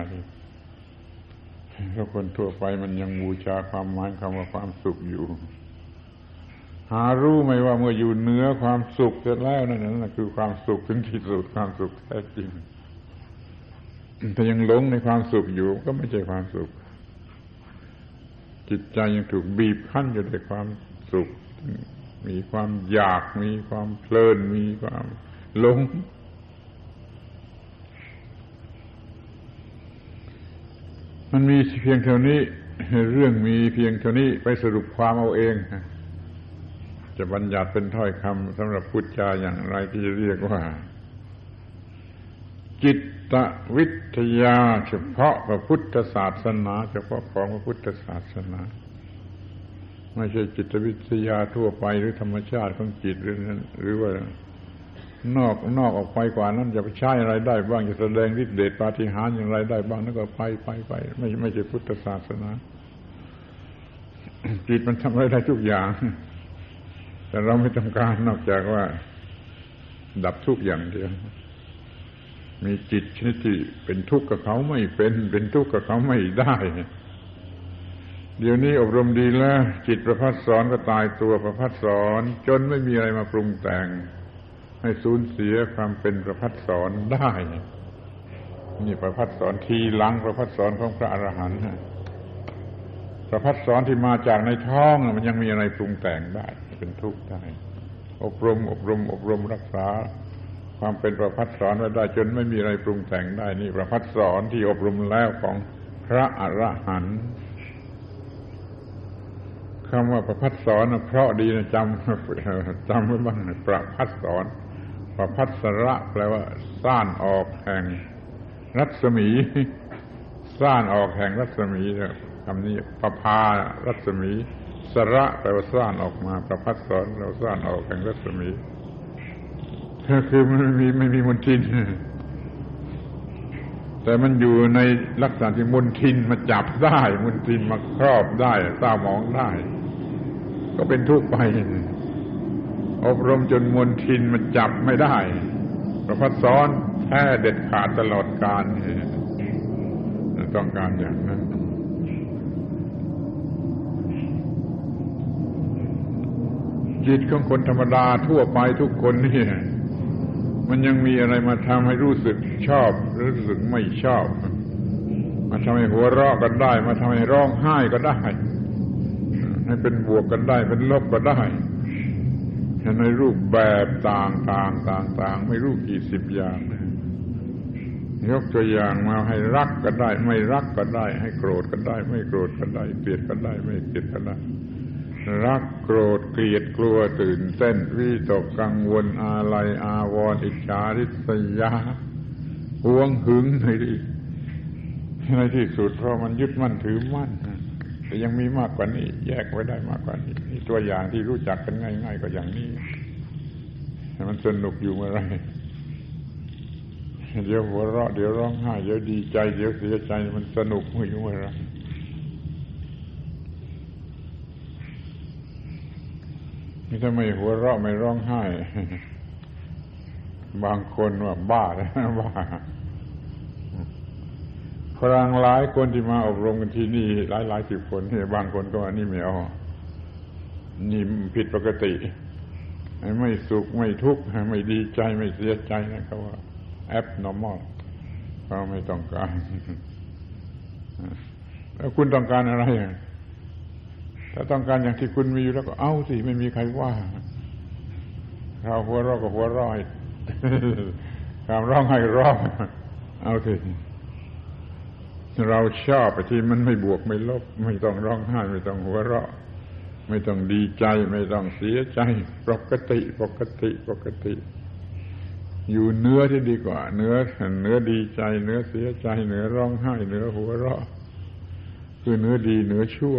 S1: แล้วคนทั่วไปมันยังบูชาความหมายคำว่าความสุขอยู่หารู้ไหมว่าเมื่ออยู่เหนือความสุขเสร็จแล้วนั่นนั่นคือความสุขถึงที่สุดความสุขแท้จริงแต่ยังหลงในความสุขอยู่ก็ไม่ใช่ความสุขจิตใจยังถูกบีบคั้นอยู่ด้วยความสุขมีความอยากมีความเพลินมีความหลงมันมีเพียงเท่านี้เรื่องมีเพียงเท่านี้ไปสรุปความเอาเองจะบัญญัติเป็นถ้อยคำสำหรับพูดจาอย่างไรที่จะเรียกว่าจิตวิทยาเฉพาะพระพุทธศาสนาเฉพาะของพระพุทธศาสนาไม่ใช่จิตวิทยาทั่วไปหรือธรรมชาติของจิตหรือนั้นหรือว่านอกนอกออกไปกว่านั้นจะไปใช้อะไรได้บ้างจะแสดงฤทธิ์เดชปาฏิหาริย์อย่างไรได้บ้างนั่นก็ไปไปไปไม่ไม่ใช่พุทธศาสนาจิตมันทำอะไรได้ทุกอย่างแต่เราไม่ต้องการนอกจากว่าดับทุกข์อย่างเดียวมีจิตชนิดที่เป็นทุกข์กับเขาไม่เป็นเป็นทุกข์กับเขาไม่ได้เดี๋ยวนี้อบรมดีแล้วจิตประภัสสรก็ตายตัวประภัสสรจนไม่มีอะไรมาปรุงแต่งให้สูญเสียความเป็นประภัสสรได้นี่ประภัสสรทีหลังประภัสสรของพระอรหันต์ประภัสสรที่มาจากในท้องมันยังมีอะไรปรุงแต่งได้เป็นทุกข์ได้อบรมอบรมอบรมรักษาความเป็นประภัสสรไว้ได้จนไม่มีอะไรปรุงแต่งได้นี่ประภัสสรที่อบรมแล้วของพระอรหันต์คำว่าประภัสสรเพราะดีนะจำจำไว้บ้างประภัสสรประภัสระแปลว่าซ่านออกแห่งรัศมีซ่านออกแห่งรัศมีคำนี้ประภารัศมีสระแปลว่าซ่านออกมาประภัสสรเราซ่านออกแห่งรัศมีคือมันไม่มีไม่มีมลทินแต่มันอยู่ในลักษณะที่มลทินมาจับได้มลทินมาครอบได้เศร้าหมองได้ก็เป็นทุกข์ไปอบรมจนมลทินมันจับไม่ได้ประภัสสรแท้เด็ดขาดตลอดกาลต้องการอย่างนั้นจิตของคนธรรมดาทั่วไปทุกคนนี่มันยังมีอะไรมาทำให้รู้สึกชอบรู้สึกไม่ชอบมาทำให้หัวเราะกันได้มาทำให้ร้องไห้ก็ได้ให้เป็นบวกกันได้เป็นลบก็ได้ในรูปแบบต่างๆต่างๆไม่รู้กี่สิบอย่างยกตัวอย่างมาให้รักก็ได้ไม่รักก็ได้ให้โกรธก็ได้ไม่โกรธก็ได้เกลียดก็ได้ไม่เกลียดก็ได้รักโกรธเกลียดกลัวตื่นเต้นวิตกกังวลอาลัยอาวรณ์อิจฉาริษยาหวงหึงในที่ในที่สุดเพราะมันยึดมั่นถือมั่นแต่ยังมีมากกว่านี้แยกไว้ได้มากกว่านี้นี่ตัวอย่างที่รู้จักกันง่ายๆก็อย่างนี้มันสนุกอยู่เมื่อไรเดี๋ยวหัวเราะเดี๋ยวร้องไห้เดี๋ยวดีใจเดี๋ยวเสียใจมันสนุกเมื่ออยู่เมื่อไรนี่ถ้าไม่หัวเราะไม่ร้องไห้บางคนว่าบ้านะบ้าฝรั่งหลายคนที่มาอบรมกันที่นี่หลายหลายสิบคนบางคนก็ว่านี่ไม่เอานี่ผิดปกติไม่สุขไม่ทุกข์ไม่ดีใจไม่เสียใจนะเขาว่า abnormal เขาไม่ต้องการแล้วคุณต้องการอะไรถ้าต้องการอย่างที่คุณมีอยู่แล้วก็เอาสิไม่มีใครว่าเราหัวเราะก็หัวเราะความร้องให้ร้องเอาสิเราชอบที่มันไม่บวกไม่ลบไม่ต้องร้องไห้ไม่ต้องหัวเราะไม่ต้องดีใจไม่ต้องเสียใจปกติปกติปกติอยู่เนื้อที่ดีกว่าเนื้อเนื้อดีใจเนื้อเสียใจเนื้อร้องไห้เนื้อหัวเราะคือเนื้อดีเนื้อชั่ว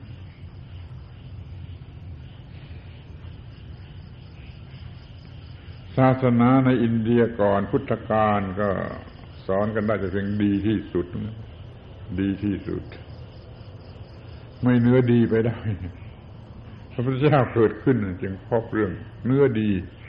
S1: ศาสนาในอินเดียก่อนพุทธกาลก็สอนกันได้แต่เพียงดีที่สุดดีที่สุดไม่เนื้อดีไปได้พระพุทธเจ้าเกิดขึ้นจึงพบเรื่องเนื้อดี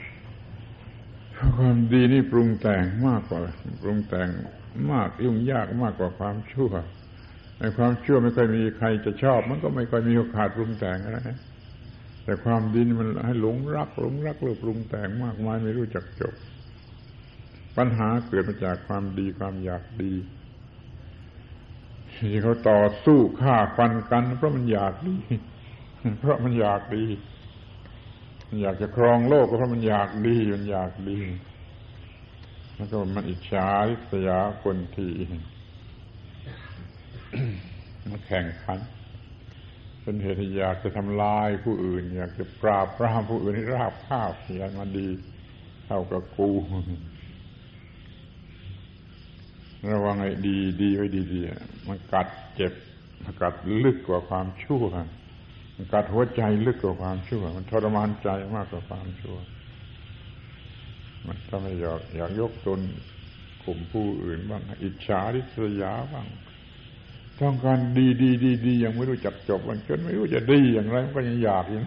S1: ความดีนี่ปรุงแต่งมากกว่าปรุงแต่งมากยุ่งยากมากกว่าความชั่วในความชั่วไม่ค่อยมีใครจะชอบมันก็ไม่ค่อยมีโอกาสปรุงแต่งอะไรแต่ความดีมันให้หลงรักหลงรักหรือปรุงแต่งมากมายไม่รู้จักจบปัญหาเกิดมาจากความดีความอยากดีที่เขาต่อสู้ฆ่าฟันกันเพราะมันอยากดีเพราะมันอยากดีมันอยากจะครองโลกก็เพราะมันอยากดีมันอยากดีแล้วก็มันอิจฉาริษยาคนที่มาแข่งขันเป็นเหตุที่อยากจะทำลายผู้อื่นอยากจะปราบปรามผู้อื่นให้ราบคาบอยากมาดีเท่ากับกูระวังไอ้ดีดีไว้ดีๆมันกัดเจ็บมันกัดลึกกว่าความชั่วมันกัดหัวใจลึกกว่าความชั่วมันทรมานใจมากกว่าความชั่วมันถ้าไม่อยากอยากยกตนข่มผู้อื่นบ้างอิจฉาริษยาบ้างต้องการดีดีดีดียังไม่รู้จักจบมันจนไม่รู้จะดีอย่างไรมันก็ยังอยากอยู่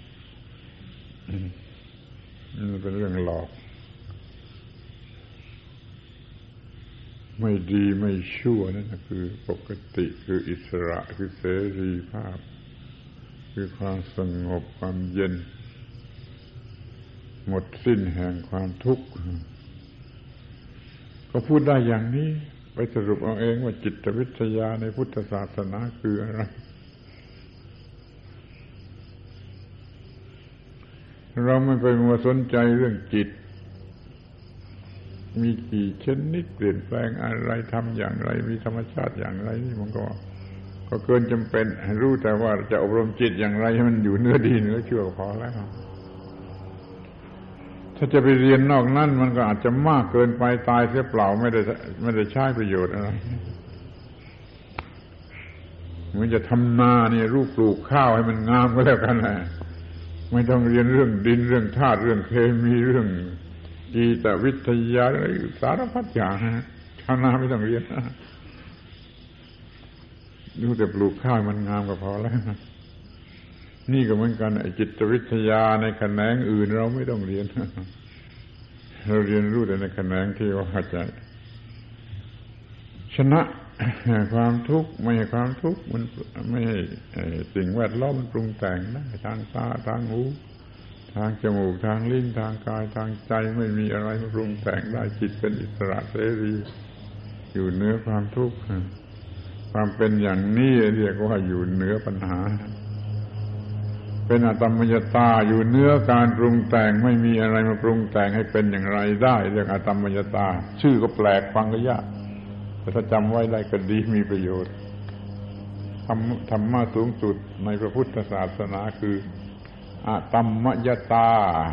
S1: มันเป็นเรื่องหลอกไม่ดีไม่ชั่วนั่นคือปกติคืออิสระคือเสรีภาพคือความสงบความเย็นหมดสิ้นแห่งความทุกข์ก็พูดได้อย่างนี้ไปสรุปเอาเองว่าจิตวิทยาในพุทธศาสนาคืออะไรเราไม่ไปมัวสนใจเรื่องจิตมีกี่ชนิดเปลี่ยนแปลงอะไรทำอย่างไรมีธรรมชาติอย่างไรนี่มันก็ก็เกินจำเป็นรู้แต่ว่าจะอบรมจิตอย่างไรให้มันอยู่เนื้อดีเนื้อชั่วพอแล้วถ้าจะไปเรียนนอกนั้นมันก็อาจจะมากเกินไปตายเสียเปล่าไม่ได้ไม่ได้ใช้ประโยชน์อะไรเหมือนจะทำนาเนี่ยรูปปลูกข้าวให้มันงามก็แล้วกันแหละไม่ต้องเรียนเรื่องดินเรื่องธาตุเรื่องเคมีเรื่องกีตวิทยาอะไรสารพัดอย่างฮะชาวนาไม่ต้องเรียนดูแต่ปลูกข้าวมันงามก็พอแล้วนี่ก็เหมือนกันไอ้จิตวิทยาในแขนงอื่นเราไม่ต้องเรียนเราเรียนรู้แต่ในแขนงที่ว่าจะชนะความทุกข์ไม่ให้ความทุกข์มันไม่ให้สิ่งแวดล้อมมันปรุงแต่งได้ทางตาทางหูทางจมูกทางลิ้นทางกายทางใจไม่มีอะไรมาปรุงแต่งได้จิตเป็นอิสระเสรีอยู่เหนือความทุกข์ความเป็นอย่างนี้เรียกว่าอยู่เหนือปัญหาเป็นอตมยตาอยู่เหนือการปรุงแต่งไม่มีอะไรมาปรุงแต่งให้เป็นอย่างไรได้เรียกอตมยตาชื่อก็แปลกฟังก็ยากแต่ถ้าจำไว้ได้ก็ดีมีประโยชน์ธรรมธรรมะสูงสุดในพระพุทธศาสนาคืออตมยตา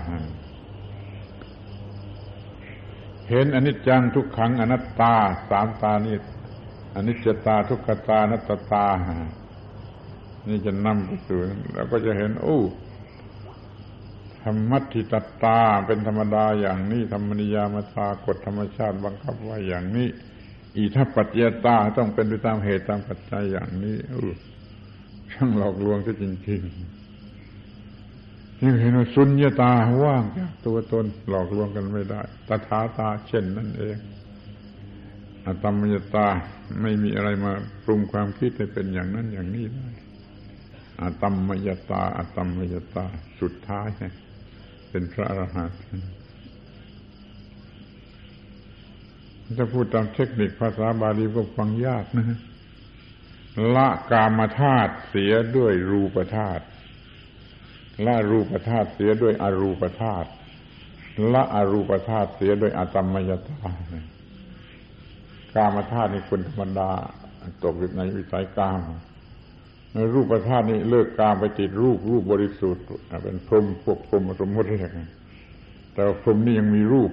S1: เห็นอนิจจังทุกขังอนัตตาสามตานี่อนิจจตาทุกขตาอนัตตานี่จะนำไปสู่แล้วก็จะเห็นโอ้ธรรมัตถิตตาเป็นธรรมดาอย่างนี้ธรรมนิยามตากฎธรรมชาติบังคับไว้อย่างนี้อิทัปปัจจยตาต้องเป็นไปตามเหตุตามปัจจัยอย่างนี้โอ้ช่างหลอกลวงซะจริงๆนี่เห็นว่าสุญญตาว่างจากตัวตนหลอกลวงกันไม่ได้ตถาตาเช่นนั่นเองอตมยตาไม่มีอะไรมาปรุงความคิดให้เป็นอย่างนั้นอย่างนี้ได้อตมยตาอตมยตาสุดท้ายเป็นพระอรหันต์ถ้าพูดตามเทคนิคภาษาบาลีก็ฟังยากนะละกามธาตุเสียด้วยรูปธาตุละรูปธาตุเสียด้วยอรูปธาตุละอรูปธาตุเสียด้วยอสัมมยตากามธาตุนี่คนธรรมดาตกอยู่ในวิสัยกามในรูปธาตุนี่เลิกกามไปติดรูปรูปบริสุทธิ์เป็นพรหมพวกพรหมสมมติเรียกแต่พรหมนี่ยังมีรูป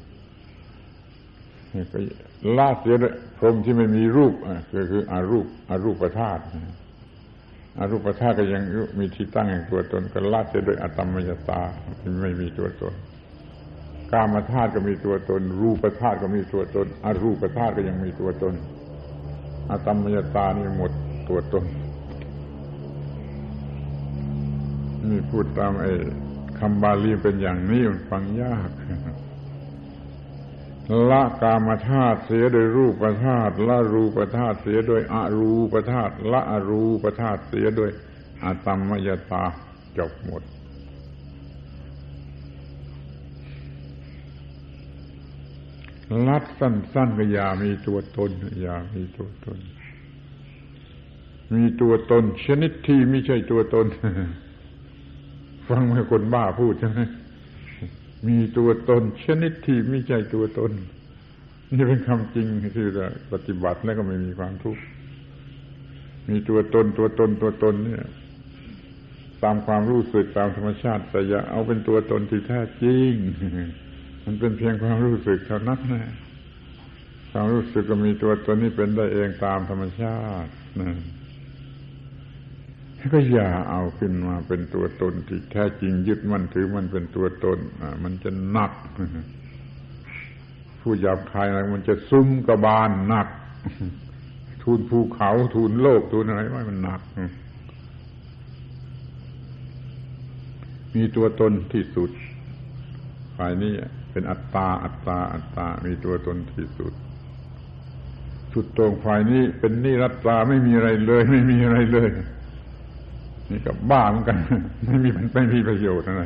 S1: ละเสียด้วยพรหมที่ไม่มีรูปคือคืออรูปอรูปธาตุอรูปธาตุก็ยังมีที่ตั้งแห่งตัวตนก็ละเสียด้วยอสัมมยตาไม่มีตัวตนกามธาตุก็มีตัวตนรูปธาตุก็มีตัวตนอรูปธาตุก็ยังมีตัวตนอสัมมยตานี่หมดตัวตนนี่พูดตามไอ้คำบาลีเป็นอย่างนี้มันฟังยากละกามธาตุเสียโดยรูปธาตุละรูปธาตุเสียโดยอรูปธาตุละอรูปธาตุเสียโดยอสัมมยตาจบหมดลัดสั้นๆก็อย่ามีตัวตนอย่ามีตัวตนมีตัวตนชนิดที่ไม่ใช่ตัวตนฟังให้คนบ้าพูดใช่ไหมมีตัวตนชนิดที่ไม่ใช่ตัวตนนี่เป็นคำจริงที่จะปฏิบัติแล้วก็ไม่มีความทุกข์มีตัวตนตัวตนตัวตนเนี่ยตามความรู้สึกตามธรรมชาติแต่อย่าเอาเป็นตัวตนที่แท้จริงมันเป็นเพียงความรู้สึกเท่านั้นนะความรู้สึกก็มีตัวตนนี่เป็นได้เองตามธรรมชาตินะก็อย่าเอาขึ้นมาเป็นตัวตนที่แท้จริงยึดมั่นถือมันเป็นตัวตนมันจะหนักผู้หยาบคายอะไรมันจะซุ่มกระบาลหนักทูลภูเขาทูลโลกทูลอะไรไว้มันหนักมีตัวตนที่สุดฝ่ายนี้เป็นอัตตาอัตตาอัตตามีตัวตนที่สุดสุดตรงฝ่ายนี้เป็นนิรัตตาไม่มีอะไรเลยไม่มีอะไรเลยนี่ก็บ้าเหมือนกันไม่มีไม่มีประโยชน์อะไร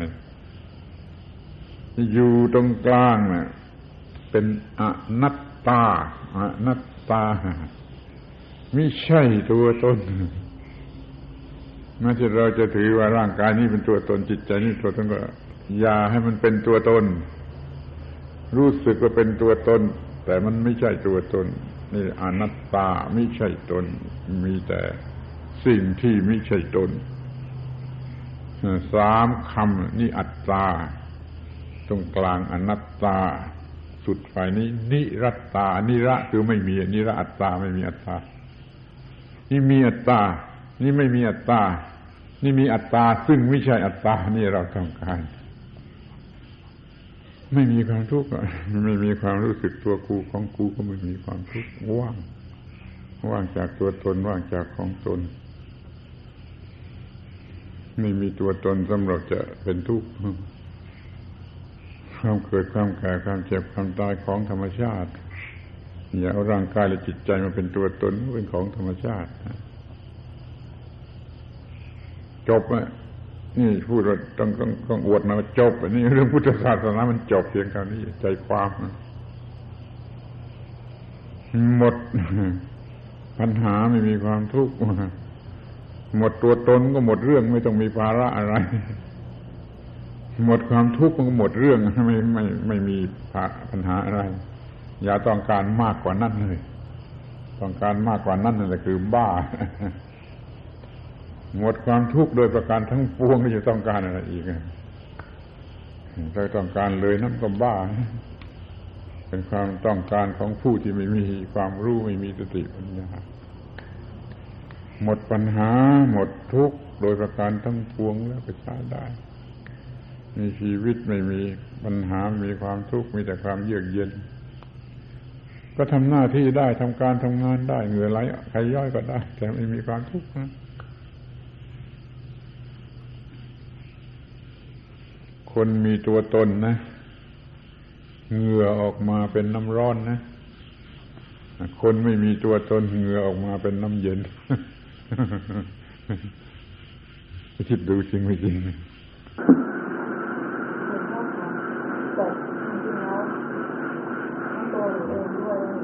S1: อยู่ตรงกลางน่ะเป็นอนัตตาอนัตตาไม่ใช่ตัวตนแม้ที่เราจะถือว่าร่างกายนี้เป็นตัวตนจิตใจนี้ตัวตนก็อย่าให้มันเป็นตัวตนรู้สึกว่าเป็นตัวตนแต่มันไม่ใช่ตัวตนนี่อนัตตาไม่ใช่ตนมีแต่สิ่งที่ไม่ใช่ตนสามคำนี่อัตตาตรงกลางอนัตตาสุดฝ่ายนี้นิรัตตานิระคือไม่มีนิระอัตตาไม่มีอัตตานี่มีอัตตานี่ไม่มีอัตตานี่มีอัตตาซึ่งไม่ใช่อัตตานี่เราต้องการไม่มีความทุกข์ไม่มีความรู้สึกตัวกูของกูก็ไม่มีความทุกข์ว่างว่างจากตัวตนว่างจากของตนไม่มีตัวตนสำหรับจะเป็นทุกข์ความเกิดความแก่ความเจ็บความตายของธรรมชาติอย่าเอาร่างกายและจิตใจมาเป็นตัวตนเป็นของธรรมชาติจบอ่ะนี่พูดว่าต้องต้องต้องอวดนะว่าจบอันนี้เรื่องพุทธศาสนามันจบเพียงเท่านี้ใจความหมดปัญหาไม่มีความทุกข์หมดตัวตนก็หมดเรื่องไม่ต้องมีภาระอะไรหมดความทุกข์มันก็หมดเรื่องไม่ไม่ไม่มีปัญหาอะไรอย่าต้องการมากกว่านั้นเลยต้องการมากกว่านั้นนั่นแหละคือบ้าหมดความทุกข์โดยประการทั้งปวงที่จะต้องการอะไรอีกถ้าต้องการเลยนั่นก็บ้าเป็นความต้องการของผู้ที่ไม่มีความรู้ไม่มีสติปัญญาหมดปัญหาหมดทุกข์โดยประการทั้งปวงแล้วก็ใช้ได้มีชีวิตไม่มีปัญหามีความทุกข์มีแต่ความเยือกเย็นก็ทำหน้าที่ได้ทำการทำงานได้เหงื่อไหลใครย่อยก็ได้แต่ไม่มีความทุกข์นะคนมีตัวตนนะเหงื่อออกมาเป็นน้ำร้อนนะคนไม่มีตัวตนเหงื่อออกมาเป็นน้ำเย็นคิดดูจริงไม่จริง
S2: แต่จริงๆแล้วทั้งตัวหนูเองด้วย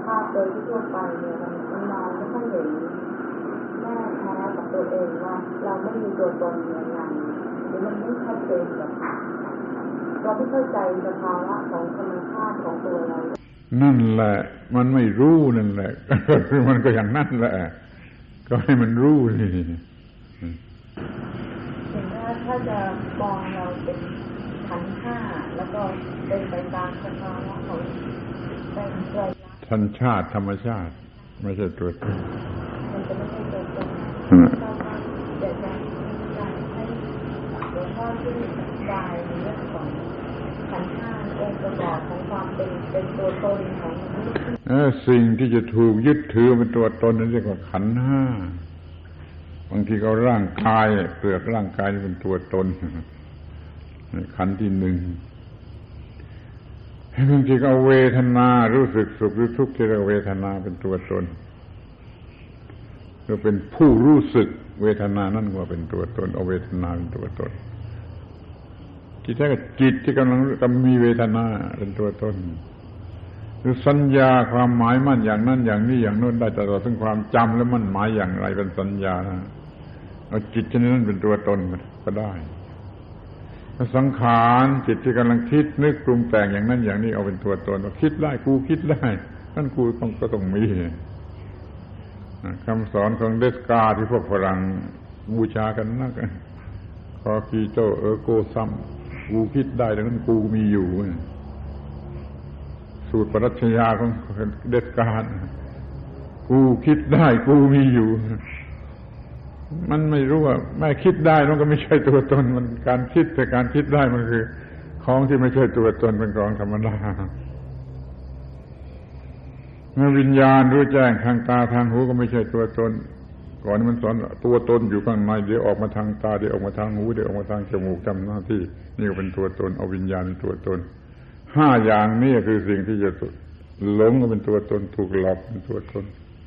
S2: ภาพโดยทั่วไปเนี่ยมันมันมองไม่ค่อยเห็นแน่แท้กับตัวเองว่าเราไม่มีตัวตนยังไงหรือมันไม่ชัดเจนกับเราไม่เข้าใจสภาวะของธรรมชาติของตัวเรา
S1: นั่นแหละมันไม่รู้นั่นแหละคือมันก็อย่างนั้นแหละก็ให้มันรู้สิ
S2: เห็นว่าถ้าจะมองเราเป็นขันธ์ห้าแล้วก็เป็นไปตามสภาวะของเป็นไตรลักษณ์
S1: ธรรมชาติธรรมชาติไม่ใช่ตัวตน
S2: มันจะไม่ใช่ตัวตนเราจะจะการให้หลวงพ่อที่อธิบายในเรื่องของขันธ์ห้าองค์ประกอบของความเป็นเป็นตัวตนของมนุษย์เออ
S1: สิ่งที่จะถูกยึดถือเป็นตัวตนนั่นเรียกว่าขันธ์ห้าบางทีก็ร่างกายเปลือกร่างกายเป็นตัวตนขันธ์ที่หนึ่งบางทีก็เวทนารู้สึกสุขหรือทุกข์ที่เรียกเวทนาเป็นตัวตนก็เป็นผู้รู้สึกเวทนานั่นก็เป็นตัวตนเอาเวทนาเป็นตัวตนที่แท้ก็จิตที่กำลังกำลังมีเวทนาเป็นตัวตนหรือสัญญาความหมายมั่นอย่างนั้นอย่างนี้อย่างโน้นได้ตลอดถึงความจำและมั่นหมายอย่างไรเป็นสัญญาเอาจิตชนิดนั้นเป็นตัวตนก็ได้สังขารจิตที่กำลังคิดนึกปรุงแต่งอย่างนั้นอย่างนี้เอาเป็นตัวตนว่าคิดได้กูคิดได้นั่นกูต้องก็ต้องมีคำสอนของเดสกาที่พวกฝรั่งบูชากันนักคอคีโตเออโกซัมกูคิดได้ดังนั้นกูมีอยู่สูตรปรัชญาของเดสกากูคิดได้กูมีอยู่มันไม่รู้ว่าแม่คิดได้มันก็ไม่ใช่ตัวตนมันการคิดแต่การคิดได้มันคือของที่ไม่ใช่ตัวตนเป็นของธรรมดาเมื่อวิญญาณรู้แจ้งทางตาทางหูก็ไม่ใช่ตัวตนก่อนมันสอนตัวตนอยู่ข้างในเดี๋ยวออกมาทางตาเดี๋ยวออกมาทางหูเดี๋ยวออกมาทางจมูกทำหน้าที่นี่ก็เป็นตัวตนเอาวิญญาณเป็นตัวตนห้าอย่างนี้คือสิ่งที่จะหลงก็เป็นตัวตนถูกหลอกเป็นตัวตน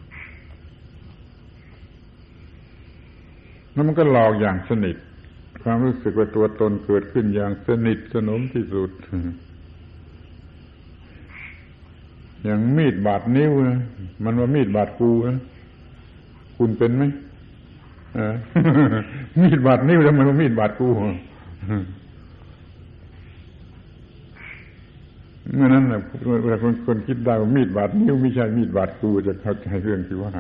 S1: แล้วมันก็หลอกอย่างสนิทความรู้สึกว่าตัวตนเกิดขึ้นอย่างสนิทสนมที่สุดอย่างมีดบาดนิ้วนะมันว่ามีดบาดกูนะคุณเป็นไหมมีดบาดนิ้วทำไมว่ามีดบาดกูเมื่อนั้นแหละเวลาคนคนคิดได้ว่ามีดบาดนิ้วไม่ใช่มีดบาดกูจะเข้าใจเรื่องที่ว่า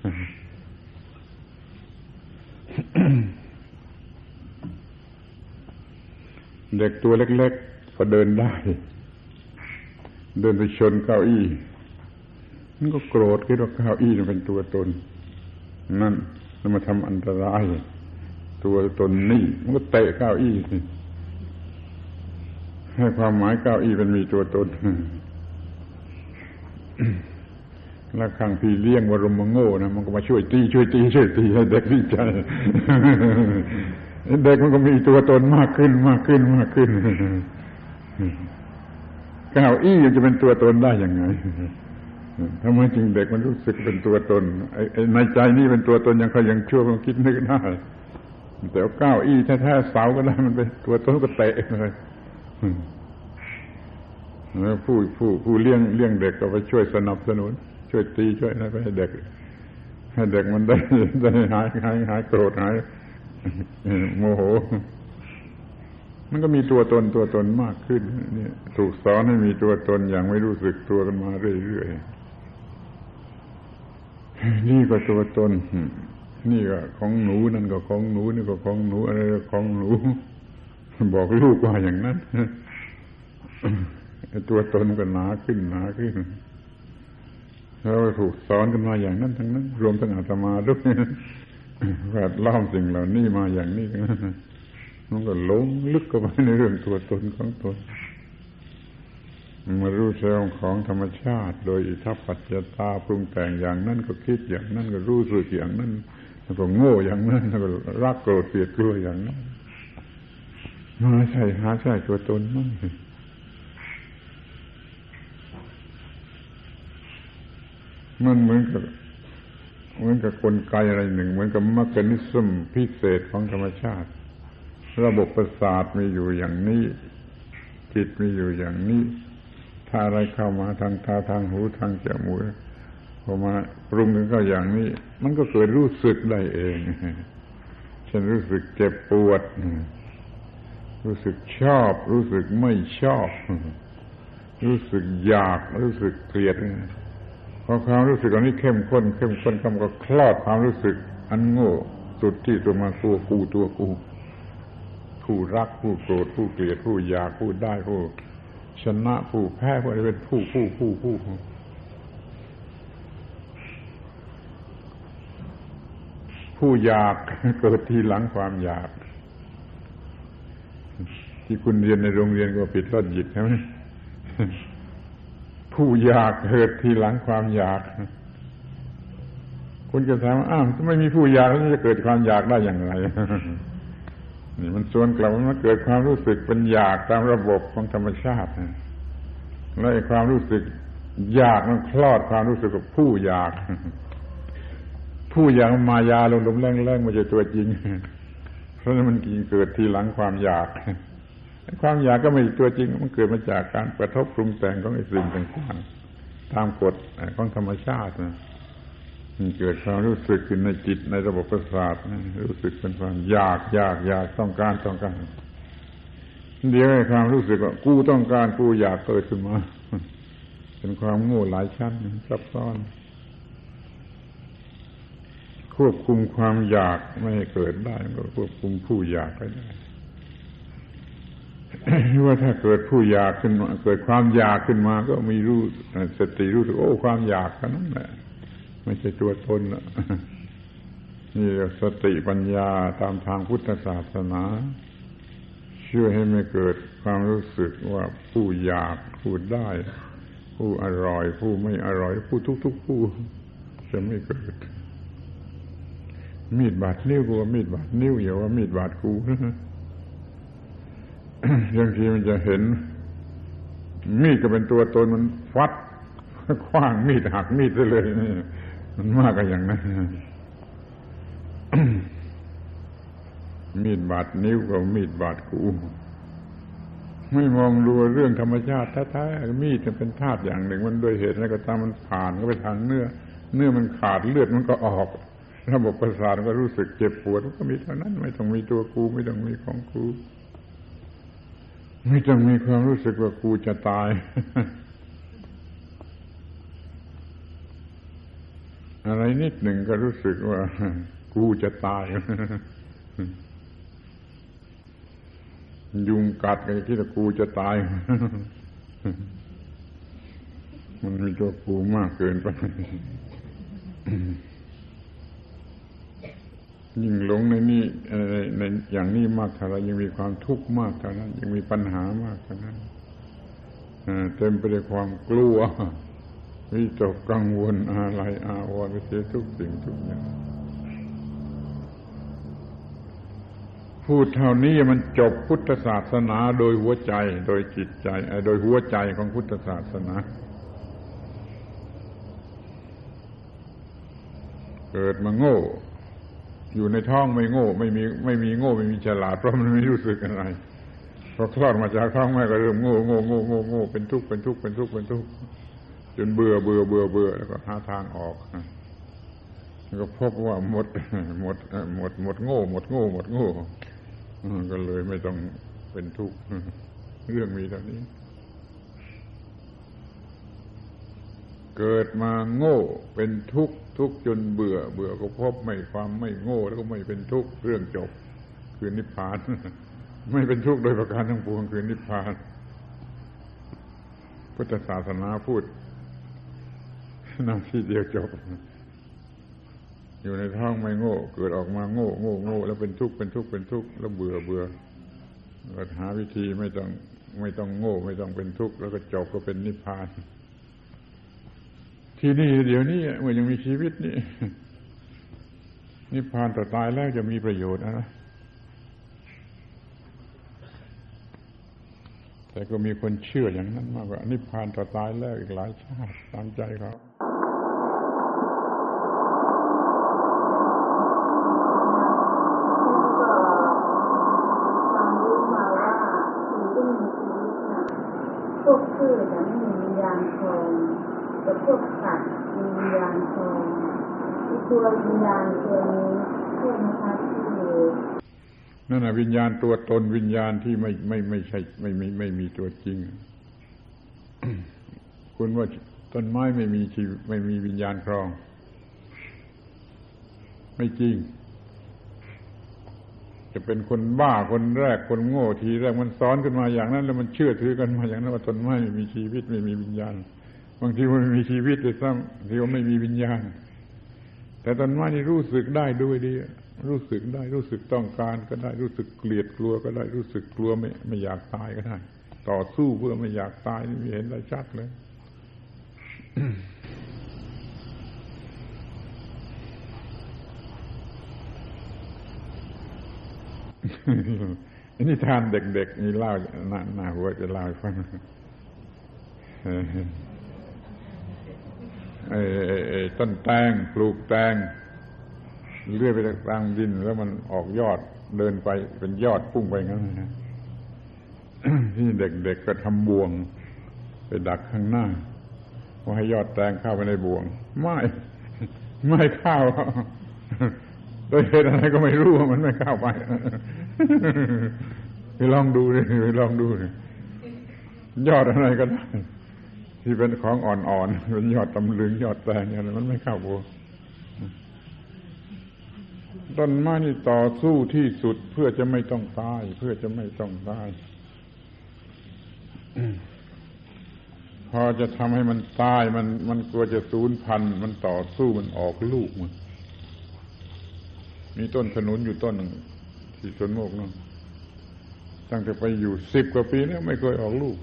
S1: เด็กตัวเล็กๆพอเดินได้เดินไปชนเก้าอี้มันก็โกรธคิดว่าเก้าอี้มันเป็นตัวตนนั่นมันมาทำอันตรายตัวตนนี่มันก็เตะเก้าอี้ให้ความหมายเก้าอี้เป็นมีตัวตนแล้วข้างพี่เลี้ยงวรมโง่นะมันก็มาช่วยตีช่วยตีช่วยตีให้เด็กดีใจเด็กมันก็มีตัวตนมากขึ้นมากขึ้นมากขึ้นเก้าอี้จะเป็นตัวตนได้ยังไงทำไมจึงเด็กมันรู้สึกเป็นตัวตนไอ้ในใจนี่เป็นตัวตนยังเขายังชั่วมันคิดนึกได้แต่เก้าอี้แท้ๆเสาก็ได้มันเป็นตัวตนก็เตะเลยแล้วผู้ผู้ผู้เลี้ยงเลี้ยงเด็กก็ไปช่วยสนับสนุนช่วยตีช่วยนะให้เด็กให้เด็กมันได้ได้หายหายหายโกรธหายโมโหมันก็มีตัวตนตัวตนมากขึ้นนี่ถูกสอนให้มีตัวตนอย่างไม่รู้สึกตัวกันมาเรื่อยๆนี่ก็ตัวตนนี่ก็ของหนูนั่นก็ของหนูนี่ก็ของหนูอะไรก็ของหนูบอกลูกว่าอย่างนั้นตัวตนก็หนาขึ้นหนาขึ้นแล้วถูกสอนกันมาอย่างนั้นทั้งนั้นรวมทั้งอาตมาด้วยแวดล้อมสิ่งเหล่านี้มาอย่างนี้นะมันก็หลงลึกเข้าไปในเรื่องตัวตนของตนมารู้เรื่องของธรรมชาติโดยอิทธิปัจจตาปรุงแต่งอย่างนั้นก็คิดอย่างนั้นก็รู้สึกอย่างนั้นแล้วก็โง่อย่างนั้นแล้วก็รักโกรธเกลียดกลัวอย่างนั้นมาใช่หาใช่ตัวตนมั้งมันเหมือนกับเหมือนกับกลไกอะไรหนึ่งเหมือนกับเมคานิซึมพิเศษของธรรมชาติระบบประสาทมีอยู่อย่างนี้จิตมีอยู่อย่างนี้ถ้าอะไรเข้ามาทางตาทางหูทางจมูกพอมาปรุงกันก็อย่างนี้มันก็เกิดรู้สึกได้เองฉันรู้สึกเจ็บปวดรู้สึกชอบรู้สึกไม่ชอบรู้สึกอยากรู้สึกเกลียดพอความรู้สึกอันนี้เข้มข้นเข้มข้นคำก็คลอดความรู้สึกอันโง่สุดที่ตัวมาตัวกูตัวกูผู้รักผู้โกรธผู้เกลียดผู้อยากผู้ได้ผู้ชนะผู้แพ้ผู้อะไรเป็นผู้ผู้ผู้ผู้ผู้อยากเกิดทีหลังความอยากที่คุณเรียนในโรงเรียนก็ผิดลอดหยิกใช่ไหมผู้อยากเกิดทีหลังความอยากคุณจะถามอ้าวถ้าไม่มีผู้อยากแล้วจะเกิดความอยากได้อย่างไรนี่มันส่วนกลับมันเกิดความรู้สึกเป็นอยากตามระบบของธรรมชาติแล้วไอ้ความรู้สึกอยากมันคลอดความรู้สึกกับผู้อยากผู้อยากมายาลงลงแรงๆไม่ใช่ตัวจริงเพราะนั้นมันกินเกิดทีหลังความอยากความอยากก็ไม่ใช่ตัวจริงมันเกิดมาจากการกระทบปรุงแต่งของไอ้สิ่งต่างๆตามกฎของธรรมชาตินะมันเกิดความรู้สึกขึ้นในจิตในระบบประสาทนะรู้สึกเป็นความอยากอยากอยากต้องการต้องการเดี๋ยวไอ้ความรู้สึกว่ากูต้องการกูอยากเกิดขึ้นมาเป็นความโง่หลายชั้นซับซ้อนควบคุมความอยากไม่ให้เกิดได้ก็ควบคุมผู้อยากได้ ว่าถ้าเกิดผู้อยากขึ้นมาเกิดความอยากขึ้นมาก็มีรู้สติรู้สึกโอ้ความอยากนั่นแหละไม่ใช่ตัวตนนะนี่สติปัญญาตามทางพุทธศาสนาช่วยให้ไม่เกิดความรู้สึกว่าผู้อยากผู้ได้ผู้อร่อยผู้ไม่อร่อยผู้ทุกๆผู้จะไม่เกิดมีดบาดนิ้วกูว่ามีดบาดนิ้วอย่าว่ามีดบาดกูบางทีมันจะเห็นมีดก็เป็นตัวตนมันฟัดขว้างมีดหักมีดไปเลยนี่มันมากกว่าอย่างนั้นมีดบาดนิ้วกับมีดบาดกูไม่มองดูเรื่องธรรมชาติแท้ๆมีดมันเป็นธาตุอย่างหนึ่งมันโดยเหตุอะไรก็ตามมันผ่านก็ไปทางเนื้อเนื้อมันขาดเลือดมันก็ออกระบบประสาทก็รู้สึกเจ็บปวดก็มีเท่านั้นไม่ต้องมีตัวกูไม่ต้องมีของกูไม่ต้องมีความรู้สึกว่ากูจะตายอะไรนิดหนึ่งก็รู้สึกว่ากูจะตายยุงกัดก็คิดว่ากูจะตายมันมีตัวกูมากเกินไปยิ่งหลงในนี่ในอย่างนี้มากเท่าไรยังมีความทุกข์มากเท่านั้นยังมีปัญหามากเท่านั้นเต็มไปด้วยความกลัววิตกกังวลอะไรอาวรณ์ไปเสียทุกสิ่งทุกอย่างพูดเท่านี้มันจบพุทธศาสนาโดยหัวใจโดยจิตใจโดยหัวใจของพุทธศาสนาเกิดมาโง่อยู่ในท้องไม่โง่ไม่มีไม่มีโง่ไม่มีฉลาดเพราะมันไม่รู้สึกอะไรพอคลอดมาจากท้องแม่ก็เริ่มโง่โง่โง่โง่โง่เป็นทุกข์เป็นทุกข์เป็นทุกข์เป็นทุกข์จนเบื่อเบื่อเบื่อเบื่อแล้วก็หาทางออกแล้วก็พบว่าหมดหมดหมดหมดโง่หมดโง่หมดโง่ก็เลยไม่ต้องเป็นทุกข์เรื่องมีเท่านี้เกิดมาโง่เป็นทุกข์ทุกข์จนเบื่อเบื่อก็พบไม่ความไม่โง่แล้วก็ไม่เป็นทุกข์เรื่องจบคือนิพพานไม่เป็นทุกข์โดยประการทั้งปวงคือนิพพานพุทธศาสนาพูดหน้าที่เดียวจบอยู่ในท้องไม่โง่เกิดออกมาโง่โง่โง่แล้วเป็นทุกข์เป็นทุกข์เป็นทุกข์แล้วเบื่อเบื่อก็หาวิธีไม่ต้องไม่ต้องโง่ไม่ต้องเป็นทุกข์แล้วก็จบก็เป็นนิพพานที่นี่เดี๋ยวนี้เมื่อยังมีชีวิตนี่นิพพานต่อตายแล้วจะมีประโยชน์อะไรแต่ก็มีคนเชื่ออย่างนั้นมากกว่านิพพานต่อตายแล้วอีกหลายชาติตามใจเขา
S2: พวกพืชจะไม่มีพวกสัตว์มีวิญญาณทองที่ตัววิญญาณตัวนี้ใช่ไหมคะที่
S1: นั่นน่ะวิญญาณตัวตนวิญญาณที่ไม่ไม่ไม่ใช่ไม่ไม่ไม่มีตัวจริง คุณว่าต้นไม้ไม่มีชีวิตไม่มีวิญญาณครองไม่จริงจะเป็นคนบ้าคนแรกคนโง่ทีแรกมันสอนขึ้นมาอย่างนั้นแล้วมันเชื่อถือกันมาอย่างนั้นว่าต้นไม้ไม่มีชีวิตไม่มีวิญญาณบางทีมันไม่มีชีวิตเลยซ้ำที่ว่าไม่มีวิญญาณแต่ต้นไม้นี่รู้สึกได้ด้วยดีรู้สึกได้รู้สึกต้องการก็ได้รู้สึกเกลียดกลัวก็ได้รู้สึกกลัวไม่ไม่อยากตายก็ได้ต่อสู้เพื่อไม่อยากตายนี่เห็นได้ชัดเลย อันนี้ทานเด็กๆมีเล่าหน้าหน้าหัวจะเล่าให้ฟังไอ้ไอ้ต้นแตงปลูกแตงเลื่อยไปกลางดินแล้วมันออกยอดเดินไปเป็นยอดพุ่งไปงั้นนะ ที่เด็กๆก็ทำบ่วงไปดักข้างหน้าว่าให้ยอดแตงเข้าไปในบ่วงไม่ไม่เข้าโดยเหตุอะไรก็ไม่รู้ว่ามันไม่เข้าไปไปลองดูดิไปลองดูดิยอดอะไรก็ได้ที่เป็นของอ่อนๆเป็นยอดตำลึงยอดแตงอะไรมันไม่เข้าบ่วงต้นไม้นี่ต่อสู้ที่สุดเพื่อจะไม่ต้องตายเพื่อจะไม่ต้องตายพอจะทำให้มันตายมันมันกลัวจะสูญพันธุ์มันต่อสู้มันออกลูกมันมีต้นขนุนอยู่ต้นที่สวนโมกนั่นตั้งแต่ไปอยู่สิบกว่าปีแล้วไม่เคยออกลูก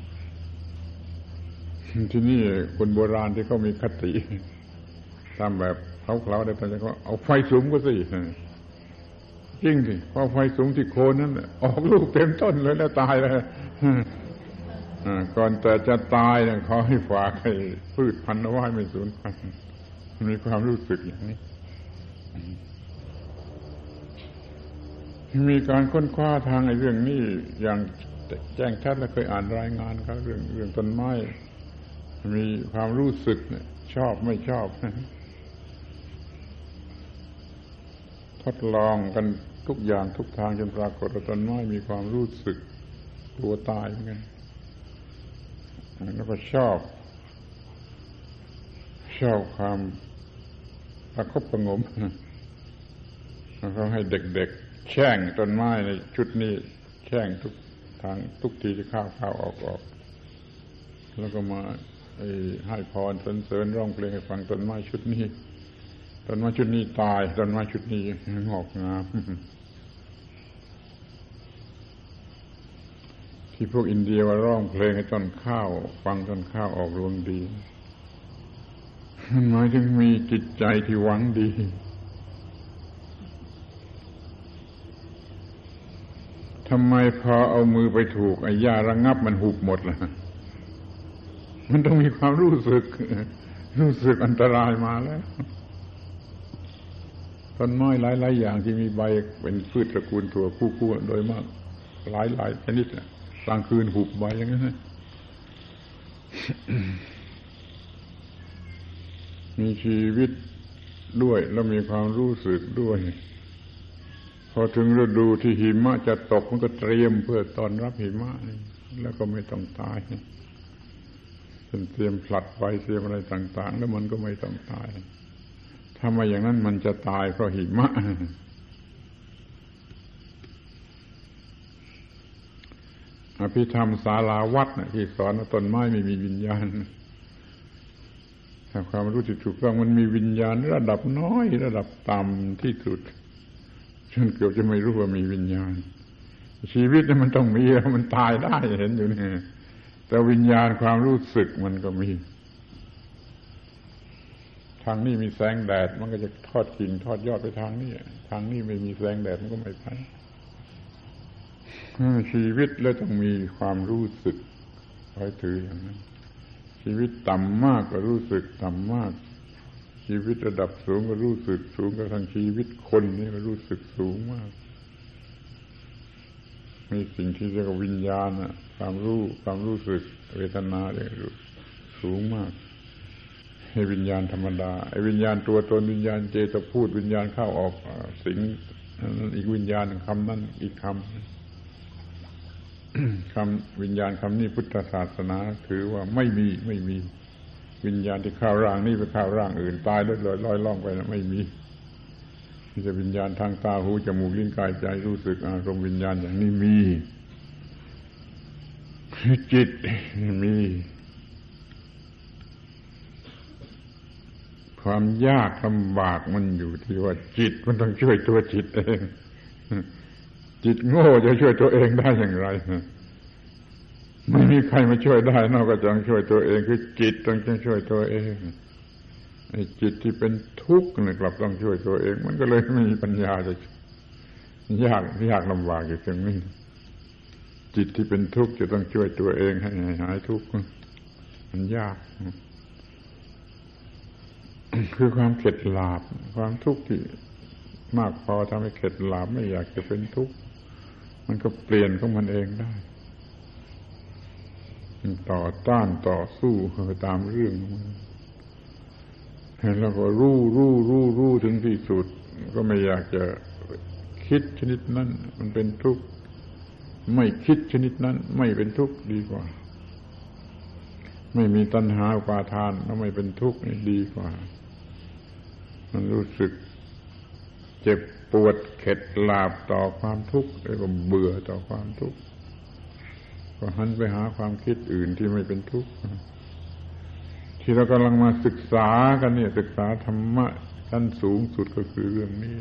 S1: ที่นี่คนโบราณที่เขามีคติตามแบบเขาเขาได้ไปแล้วก็เอาไฟสุมก็สิจริงสิพอไฟสุมที่โคนนั้นออกลูกเต็มต้นเลยแล้วตายเลยก่อนแต่จะตายเนี่ยขอให้ฝากให้พืชพันธุ์เอาไว้ไม่สูญพันธุ์มีความรู้สึกอย่างนี้มีการค้นคว้าทางไอ้เรื่องนี้อย่างแจ้งชัดและเคยอ่านรายงานครับเรื่องเรื่องต้นไม้มีความรู้สึกชอบไม่ชอบทดลองกันทุกอย่างทุกทางจนปรากฏว่าต้นไม้มีความรู้สึกกลัวตายเหมือนกันแล้วก็ชอบชอบความประคบประงมเขาให้เด็กๆแช่งต้นไม้ในชุดนี้แช่งทุกทางทุกทีที่เข้าเข้าออกออกแล้วก็มาให้พรสรรเสริญร้องเพลงให้ฟังต้นไม้ชุดนี้ต้นไม้ชุดนี้ตายต้นไม้ชุดนี้งอกงามที่พวกอินเดียว่าร้องเพลงให้ต้นข้าวฟังต้นข้าวออกรวงดีมันหมายถึงมีจิตใจที่หวังดีทำไมพอเอามือไปถูกไอ้หญ้าระงับมันหุบหมดล่ะมันต้องมีความรู้สึกรู้สึกอันตรายมาแล้วต้นไม้หลายๆอย่างที่มีใบเป็นพืชตระกูลถั่วคู่ๆโดยมากหลายๆชนิดกลางคืนหุบใบอย่างนั้นมีชีวิตด้วยแล้วมีความรู้สึกด้วยพอถึงฤดูที่หิมะจะตกมันก็เตรียมเพื่อต้อนรับหิมะแล้วก็ไม่ต้องตายเป็นเตรียมผลัดไฟเตรียมอะไรต่างๆแล้วมันก็ไม่ต้องตายถ้าไม่อย่างนั้นมันจะตายเพราะหิมะอภิธรรมศาลาวัดนะที่สอนว่าต้นไม้ไม่มีวิญญาณถ้าความรู้ที่ถูกต้องมันมีวิญญาณระดับน้อยระดับต่ำที่สุดจนเกือบจะไม่รู้ว่ามีวิญญาณชีวิตมันต้องมีแล้วมันตายได้เห็นอยู่นี่แต่วิญญาณความรู้สึกมันก็มีทางนี้มีแสงแดดมันก็จะทอดกิ่งทอดยอดไปทางนี้ทางนี้ไม่มีแสงแดดมันก็ไม่ไปชีวิตแล้วต้องมีความรู้สึกคอยถืออย่างนั้นชีวิตต่ำมากก็รู้สึกต่ำมากชีวิตระดับสูงก็รู้สึกสูงกระทั่งชีวิตคนนี่ก็รู้สึกสูงมากมีสิ่งที่เรียกว่าวิญญาณความรู้ความรู้สึกเวทนาเนี่ยสูงมากให้วิญญาณธรรมดาไอ้วิญญาณตัวตนวิญญาณเจตพูดวิญญาณเข้าออกสิ่งนั้นอีกวิญญาณคำนั้นอีกคำ คำวิญญาณคำนี้พุทธศาสนาถือว่าไม่มีไม่มีวิญญาณที่เข้าร่างนี้ไปเข้าร่างอื่นตายแล้วลอยลอยล่องไปนะไม่มีที่จะวิญญาณทางตาหูจมูกลิ้นกายใจรู้สึกอารมณ์วิญญาณอย่างนี้มีจิตมีความยากลำบากมันอยู่ที่ว่าจิตมันต้องช่วยตัวจิตเองจิตโง่จะช่วยตัวเองได้อย่างไรไม่มีใครมาช่วยได้นอกจากต้องช่วยตัวเองคือจิตต้องช่วยตัวเองไอ้จิตที่เป็นทุกข์นี่กลับต้องช่วยตัวเองมันก็เลยไม่มีปัญญาจะยากยากลำบากอยู่ตรงนี้จิตที่เป็นทุกข์จะต้องช่วยตัวเองให้หายทุกข์มันยากคือความเข็ดหลาบความทุกข์ที่มากพอทำให้เข็ดหลาบไม่อยากจะเป็นทุกข์มันก็เปลี่ยนของมันเองได้ต่อต้านต่อสู้ไปตามเรื่องมันแล้วก็รู้รู้รู้รู้ถึงที่สุดก็ไม่อยากจะคิดชนิดนั้นมันเป็นทุกข์ไม่คิดชนิดนั้นไม่เป็นทุกข์ดีกว่าไม่มีตัณหาอุปาทานแล้วไม่เป็นทุกข์นี่ดีกว่ามันรู้สึกเจ็บปวดเข็ดหลาบต่อความทุกข์แล้วก็เบื่อต่อความทุกข์ก็หันไปหาความคิดอื่นที่ไม่เป็นทุกข์ที่เรากำลังมาศึกษากันเนี่ยศึกษาธรรมะขั้นสูงสุดก็คือเรื่องนี้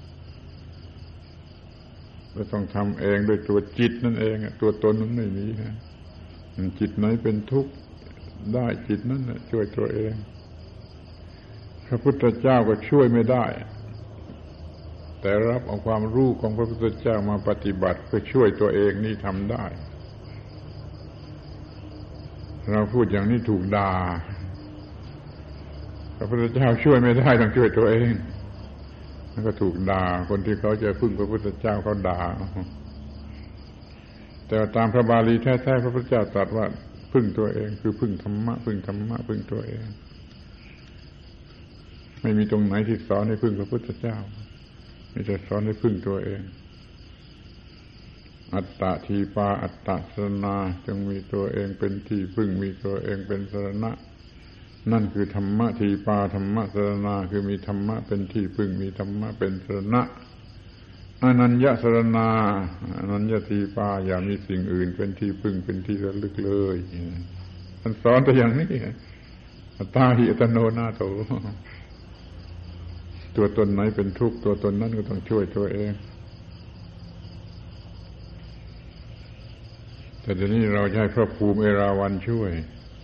S1: เราต้องทำเองด้วยตัวจิตนั่นเองตัวตนนั้นไม่มีนะจิตไหนเป็นทุกข์ได้จิตนั้นช่วยตัวเองพระพุทธเจ้าก็ช่วยไม่ได้แต่รับเอาความรู้ของพระพุทธเจ้ามาปฏิบัติเพื่อช่วยตัวเองนี่ทำได้เราพูดอย่างนี้ถูกด่าพระพุทธเจ้าช่วยไม่ได้ต้องช่วยตัวเองแล้วก็ถูกด่าคนที่เขาจะพึ่งพระพุทธเจ้าเขาด่าแต่ตามพระบาลีแท้ๆพระพุทธเจ้าตรัสว่าพึ่งตัวเองคือพึ่งธรรมะพึ่งธรรมะพึ่งตัวเองไม่มีตรงไหนที่สอนให้พึ่งพระพุทธเจ้ามีแต่สอนให้พึ่งตัวเองอัตตาทีปาอัตตะสรณาจงมีตัวเองเป็นที่พึ่งมีตัวเองเป็นสรณะนั่นคือธรรมะทีปาธรรมะสรณาคือมีธรรมะเป็นที่พึ่งมีธรรมะเป็นสรณะอนัญญสรณาอนัญญทีปาอย่ามีสิ่งอื่นเป็นที่พึ่งเป็นที่ระลึกเลยท่านสอนแต่อย่างนี้อัตตาหิอัตโนนาโถตัวตนไหนเป็นทุกข์ตัวตนนั้นก็ต้องช่วยตัวเองแต่เดี๋ยวนี้เราจะให้พระภูมิเอราวัณช่วย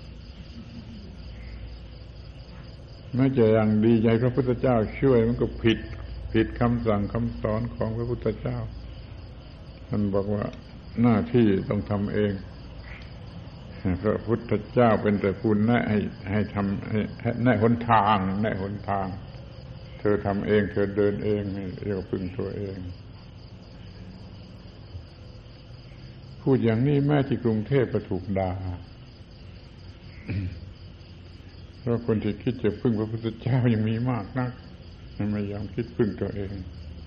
S1: แม้จะอย่างดีใจพระพุทธเจ้าช่วยมันก็ผิดผิดคำสั่งคำสอนของพระพุทธเจ้าท่านบอกว่าหน้าที่ต้องทำเองพระพุทธเจ้าเป็นแต่ผู้แนะให้ให้ทำให้แนะหนทางแนะหนทางเธอทำเองเธอเดินเองเรียกว่าพึ่งตัวเองพูดอย่างนี้แม้ที่กรุงเทพก็ถูกด่าเพราะคนที่คิดจะพึ่งพระพุทธเจ้ายังมีมากนักไม่ยอมคิดพึ่งตัวเอง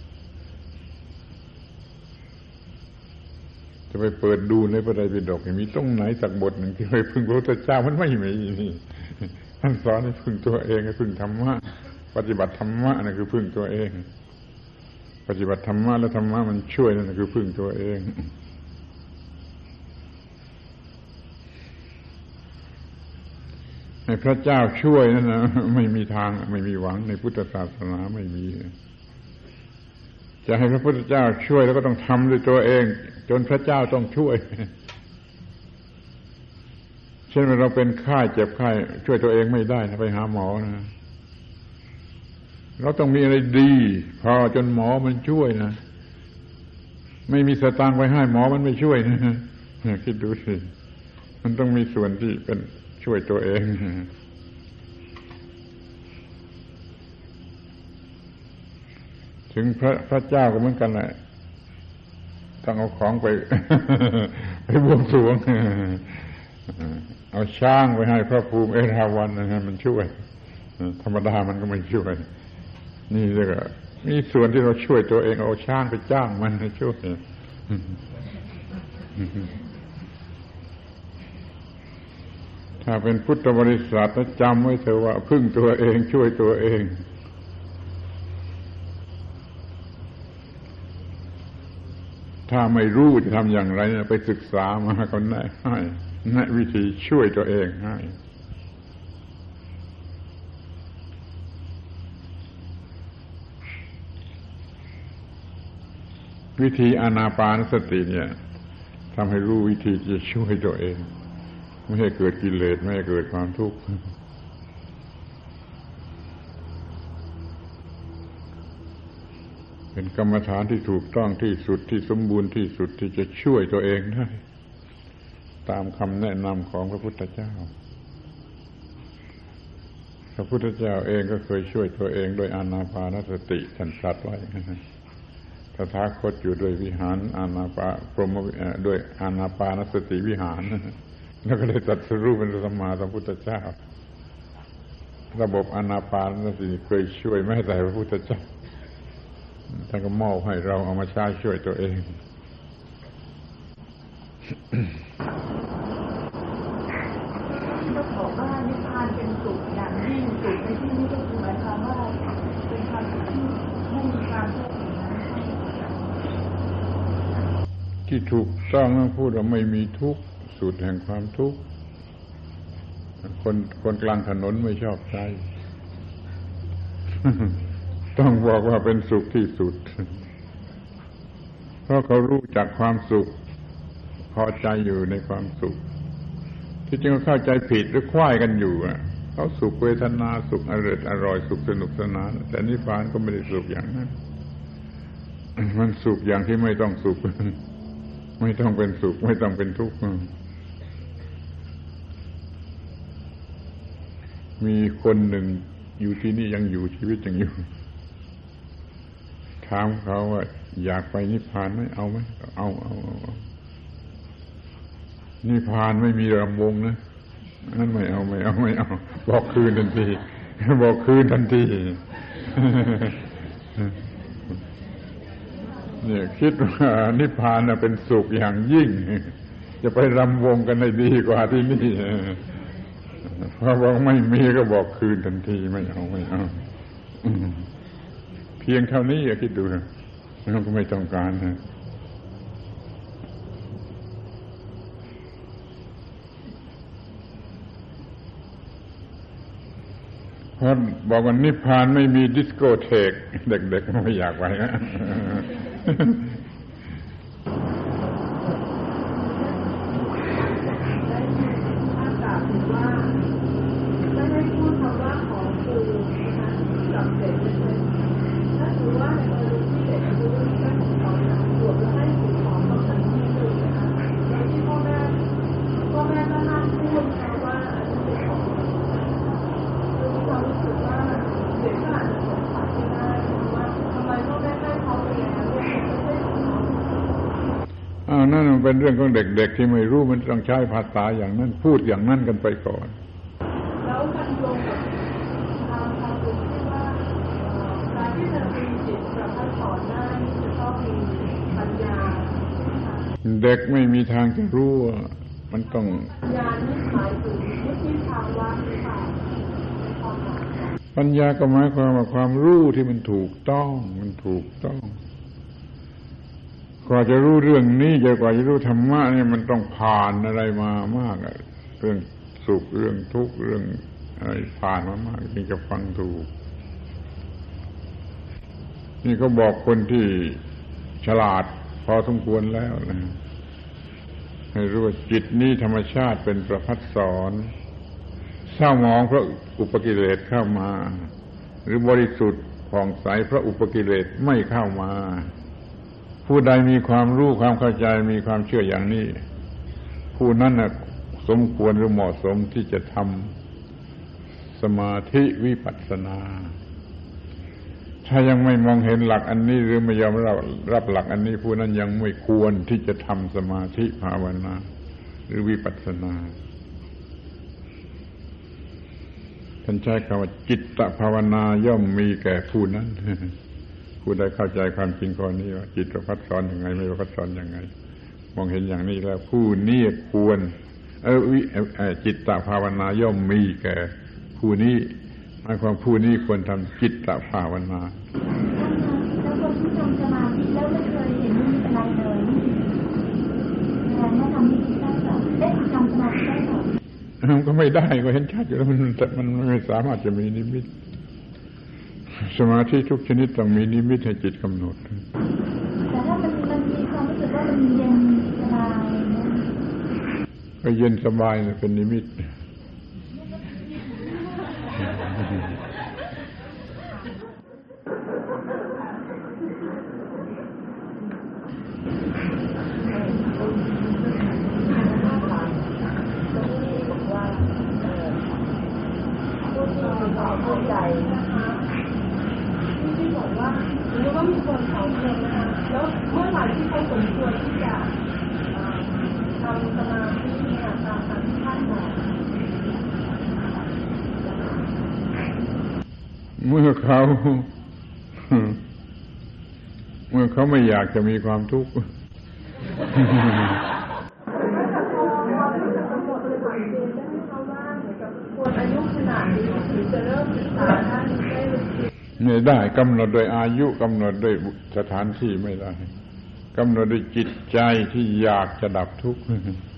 S1: จะไปเปิดดูในพระไตรปิฎกมีตรงไหนสักบทหนึ่งที่ไปพึ่งพระพุทธเจ้ามันไม่มีนี่ท่านสอนให้พึ่งตัวเองให้พึ่งธรรมะปฏิบัติธรรมะนั่นคือพึ่งตัวเองปฏิบัติธรรมะแล้วธรรมะมันช่วยนั่นคือพึ่งตัวเองให้พระเจ้าช่วยนั่นนะไม่มีทางไม่มีหวังในพุทธศาสนาไม่มีจะให้พระพุทธเจ้าช่วยแล้วก็ต้องทำด้วยตัวเองจนพระเจ้าต้องช่วยเช่นเราเป็นไข้เจ็บไข้ช่วยตัวเองไม่ได้นะไปหาหมอนะเราต้องมีอะไรดีพอจนหมอมันช่วยนะไม่มีสตางค์ไปให้หมอมันไม่ช่วยนะคิดดูสิมันต้องมีส่วนที่เป็นช่วยตัวเองถึงพระพระเจ้าก็เหมือนกันแหละต้องเอาของไป ไปบวงสรวงเอาช้างไปให้พระภูมิเอราวัณนะฮะมันช่วยธรรมดามันก็ไม่ช่วยนี่เรียกว่ามีส่วนที่เราช่วยตัวเองเอาช้างไปจ้างมันให้ช่วยถ้าเป็นพุทธบริษัทจำไว้เถอะว่าพึ่งตัวเองช่วยตัวเองถ้าไม่รู้จะทำอย่างไรไปศึกษามาเขาแนะให้แนะวิธีช่วยตัวเองให้วิธีอานาปานสติเนี่ยทำให้รู้วิธีจะช่วยตัวเองไม่ให้เกิดกิเลสไม่ให้เกิดความทุกข์เป็นกรรมฐานที่ถูกต้องที่สุดที่สมบูรณ์ที่สุดที่จะช่วยตัวเองได้ตามคำแนะนำของพระพุทธเจ้าพระพุทธเจ้าเองก็เคยช่วยตัวเองโดยอานาปานสติท่านตรัสไว้ตถาคตอยู่ด้วยวิหารอานาปาพรหมด้วยอานาปานสติวิหารแล้วก็ได้ตรัสรู้เป็นสัมมาสัมพุทธเจ้าระบบอานาปานสติเคยช่วยแม้แต่พระพุทธเจ้าท่านก็มอบให้เราเอามาใช้ช่วยตัวเอง
S2: ที่เราบอกว่านิพพานเป็นสุขอย่างยิ่งสุขในที่นี้ก็คือหมายความว่าเป็นความสุขที่ไม่มีความทุกข์
S1: ที่ถูกต้องต้องพูดว่าไม่มีทุกข์สุดแห่งความทุกข์คนคนกลางถนนไม่ชอบใจต้องบอกว่าเป็นสุขที่สุดเพราะเขารู้จักความสุขพอใจอยู่ในความสุขที่จริงเขาเข้าใจผิดหรือคว้ายกันอยู่เขาสุขเวทนาสุขอร่อยอร่อยสุขสนุกสนานแต่นิพพานก็ไม่ได้สุขอย่างนั้นมันสุขอย่างที่ไม่ต้องสุขไม่ต้องเป็นสุขไม่ต้องเป็นทุกข์มีคนหนึ่งอยู่ที่นี่ยังอยู่ชีวิตยังอยู่ถามเขาว่าอยากไปนิพพานไหมเอาไหมเอาเอาเอานิพพานไม่มีรำวงนะนั่นไม่เอาไม่เอาไม่เอาบอกคืนทันทีบอกคืนทันทีเนี่ยคิดว่านิพพานน่ะเป็นสุขอย่างยิ่งจะไปรำวงกันได้ดีกว่าที่นี่พอบอกไม่มีก็บอกคืนทันทีไม่เอาไม่เอาเพียงเท่านี้อย่าคิดดูเราก็ไม่ต้องการนะเพราะบอกว่านิพพานไม่มีดิสโกเทกเด็กๆไม่อยากไปนะนั่นมันเป็นเรื่องของเด็กๆที่ไม่รู้มันต้องใช้ภาษาอย่างนั้นพูดอย่างนั้นกันไปก่อนแล้วมันลงกับทางทางตรงที่ว่าการที่จะมีจิตประพัฒสอนได้จะต้องมีปัญญาเด็กไม่มีทางจะรู้มันต้องปัญญานี่หมายถึงวิธีทางวัดหรือเปล่าปัญญาก็หมายความว่าความรู้ที่มันถูกต้องมันถูกต้องกว่าจะรู้เรื่องนี้จะกว่าจะรู้ธรรมะนี่มันต้องผ่านอะไรมามากเรื่องสุขเรื่องทุกข์เรื่องอะไรผ่านมามากจึงจะฟังถูกนี่เขาบอกคนที่ฉลาดพอสมควรแล้วนะให้รู้ว่าจิตนี้ธรรมชาติเป็นประภัสสรเศร้าหมองเพราะอุปกิเลสเข้ามาหรือบริสุทธิ์ผ่องใสเพราะอุปกิเลสไม่เข้ามาผู้ใดมีความรู้ความเข้าใจมีความเชื่ออย่างนี้ผู้นั้นน่ะสมควรหรือเหมาะสมที่จะทำสมาธิวิปัสสนาถ้ายังไม่มองเห็นหลักอันนี้หรือไม่ยอมรับรับหลักอันนี้ผู้นั้นยังไม่ควรที่จะทำสมาธิภาวนาหรือวิปัสสนาทท่านใช้คำว่าจิตตภาวนาย่อมมีแก่ผู้นั้นผู้ใดเข้าใจความจริงข้อนี้ว่าจิตประพัดสอนยังไงไม่ประพัดสอนยังไงมองเห็นอย่างนี้แล้วผู้นี้ควรเออวิจิตตภาวนาย่อมมีแก่ผู้นี้หมายความผู้นี้ควรทำจิตตภาวนา
S3: แล้วคนที่ทำสมาธิแล้วไม่เคยเห็นมันมีอะไรเลยแสดงว่าทำไม่ได้หรอเอ๊ะทำสมาธิได้หรอ
S1: มันก็ไม่ได้ก็เห็นชัดอยู่แล้วมันมันไม่สามารถจะมีนิมิตสมาธิทุกชนิดต้องมีนิมิตให้จิตกำหนด
S3: แต่ถ้ามันมันมีความรู้สึกว่ามันเย็นสบายนะ
S1: ก็เย็นสบายเป็นนิมิต
S2: เข้าใจที่บอกว่าหรือว่ามีคนเขาเองนะคะแล้วเมื่อไหร่ที่เขาสมควรที่จะทำสมาธิตามตามที่ท่านบอก
S1: เมื่อเขาเมื่อเขาไม่อยากจะมีความทุกข์ไม่ได้กำหนดโดยอายุกำหนดโดยสถานที่ไม่ได้กำหนดโดยจิตใจที่อยากจะดับทุกข์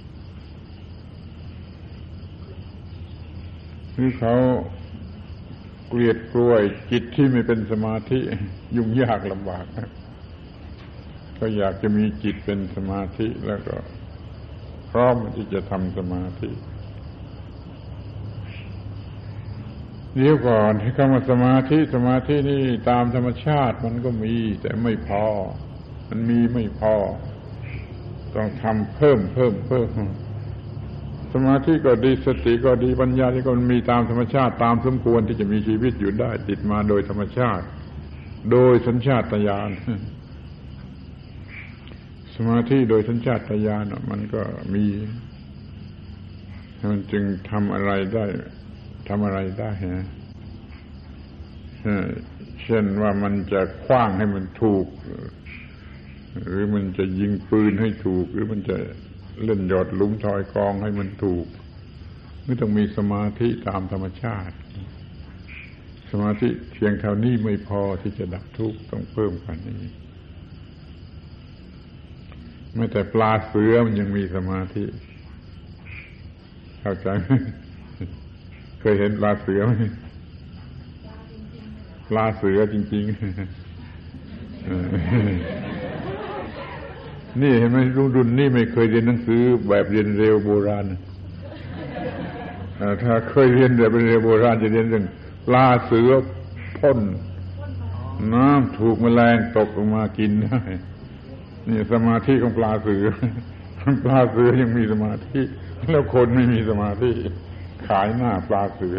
S1: คือเขาเกลียดกลัวจิตที่ไม่เป็นสมาธิยุ่งยากลำบากก็อยากจะมีจิตเป็นสมาธิแล้วก็พร้อมที่จะทำสมาธิเดี๋ยวก่อนให้คำว่าสมาธิสมาธินี่ตามธรรมชาติมันก็มีแต่ไม่พอมันมีไม่พอต้องทำเพิ่มเพิ่มเพิ่มสมาธิก็ดีสติก็ดีปัญญาที่ก็มันมีตามธรรมชาติตามสมควรที่จะมีชีวิตอยู่ได้ติดมาโดยธรรมชาติโดยสัญชาตญาณสมาธิโดยสัญชาตญาณมันก็มีมันจึงทำอะไรได้ทำอะไรได้ฮะเช่นว่ามันจะขว้างให้มันถูกหรือมันจะยิงปืนให้ถูกหรือมันจะเล่นหยอดหลุมทอยกองให้มันถูกไม่ต้องมีสมาธิตามธรรมชาติสมาธิเพียงเท่านี้ไม่พอที่จะดับทุกข์ต้องเพิ่มกว่านี้แม้แต่ปลาเสือมันยังมีสมาธิเข้าใจไหมเคยเห็นปลาเสือไหมปลาเสือจริงๆนี่เห็นไหมรุ่นนี่ไม่เคยเรียนหนังสือแบบเรียนเร็วโบราณถ้าเคยเรียนแบบเร็วโบราณจะเรียนเรื่องปลาเสือพ่นน้ำถูกแมลงตกลงมากินได้นี่สมาธิของปลาเสือปลาเสือยังมีสมาธิแล้วคนไม่มีสมาธิขายหน้าปลาเสือ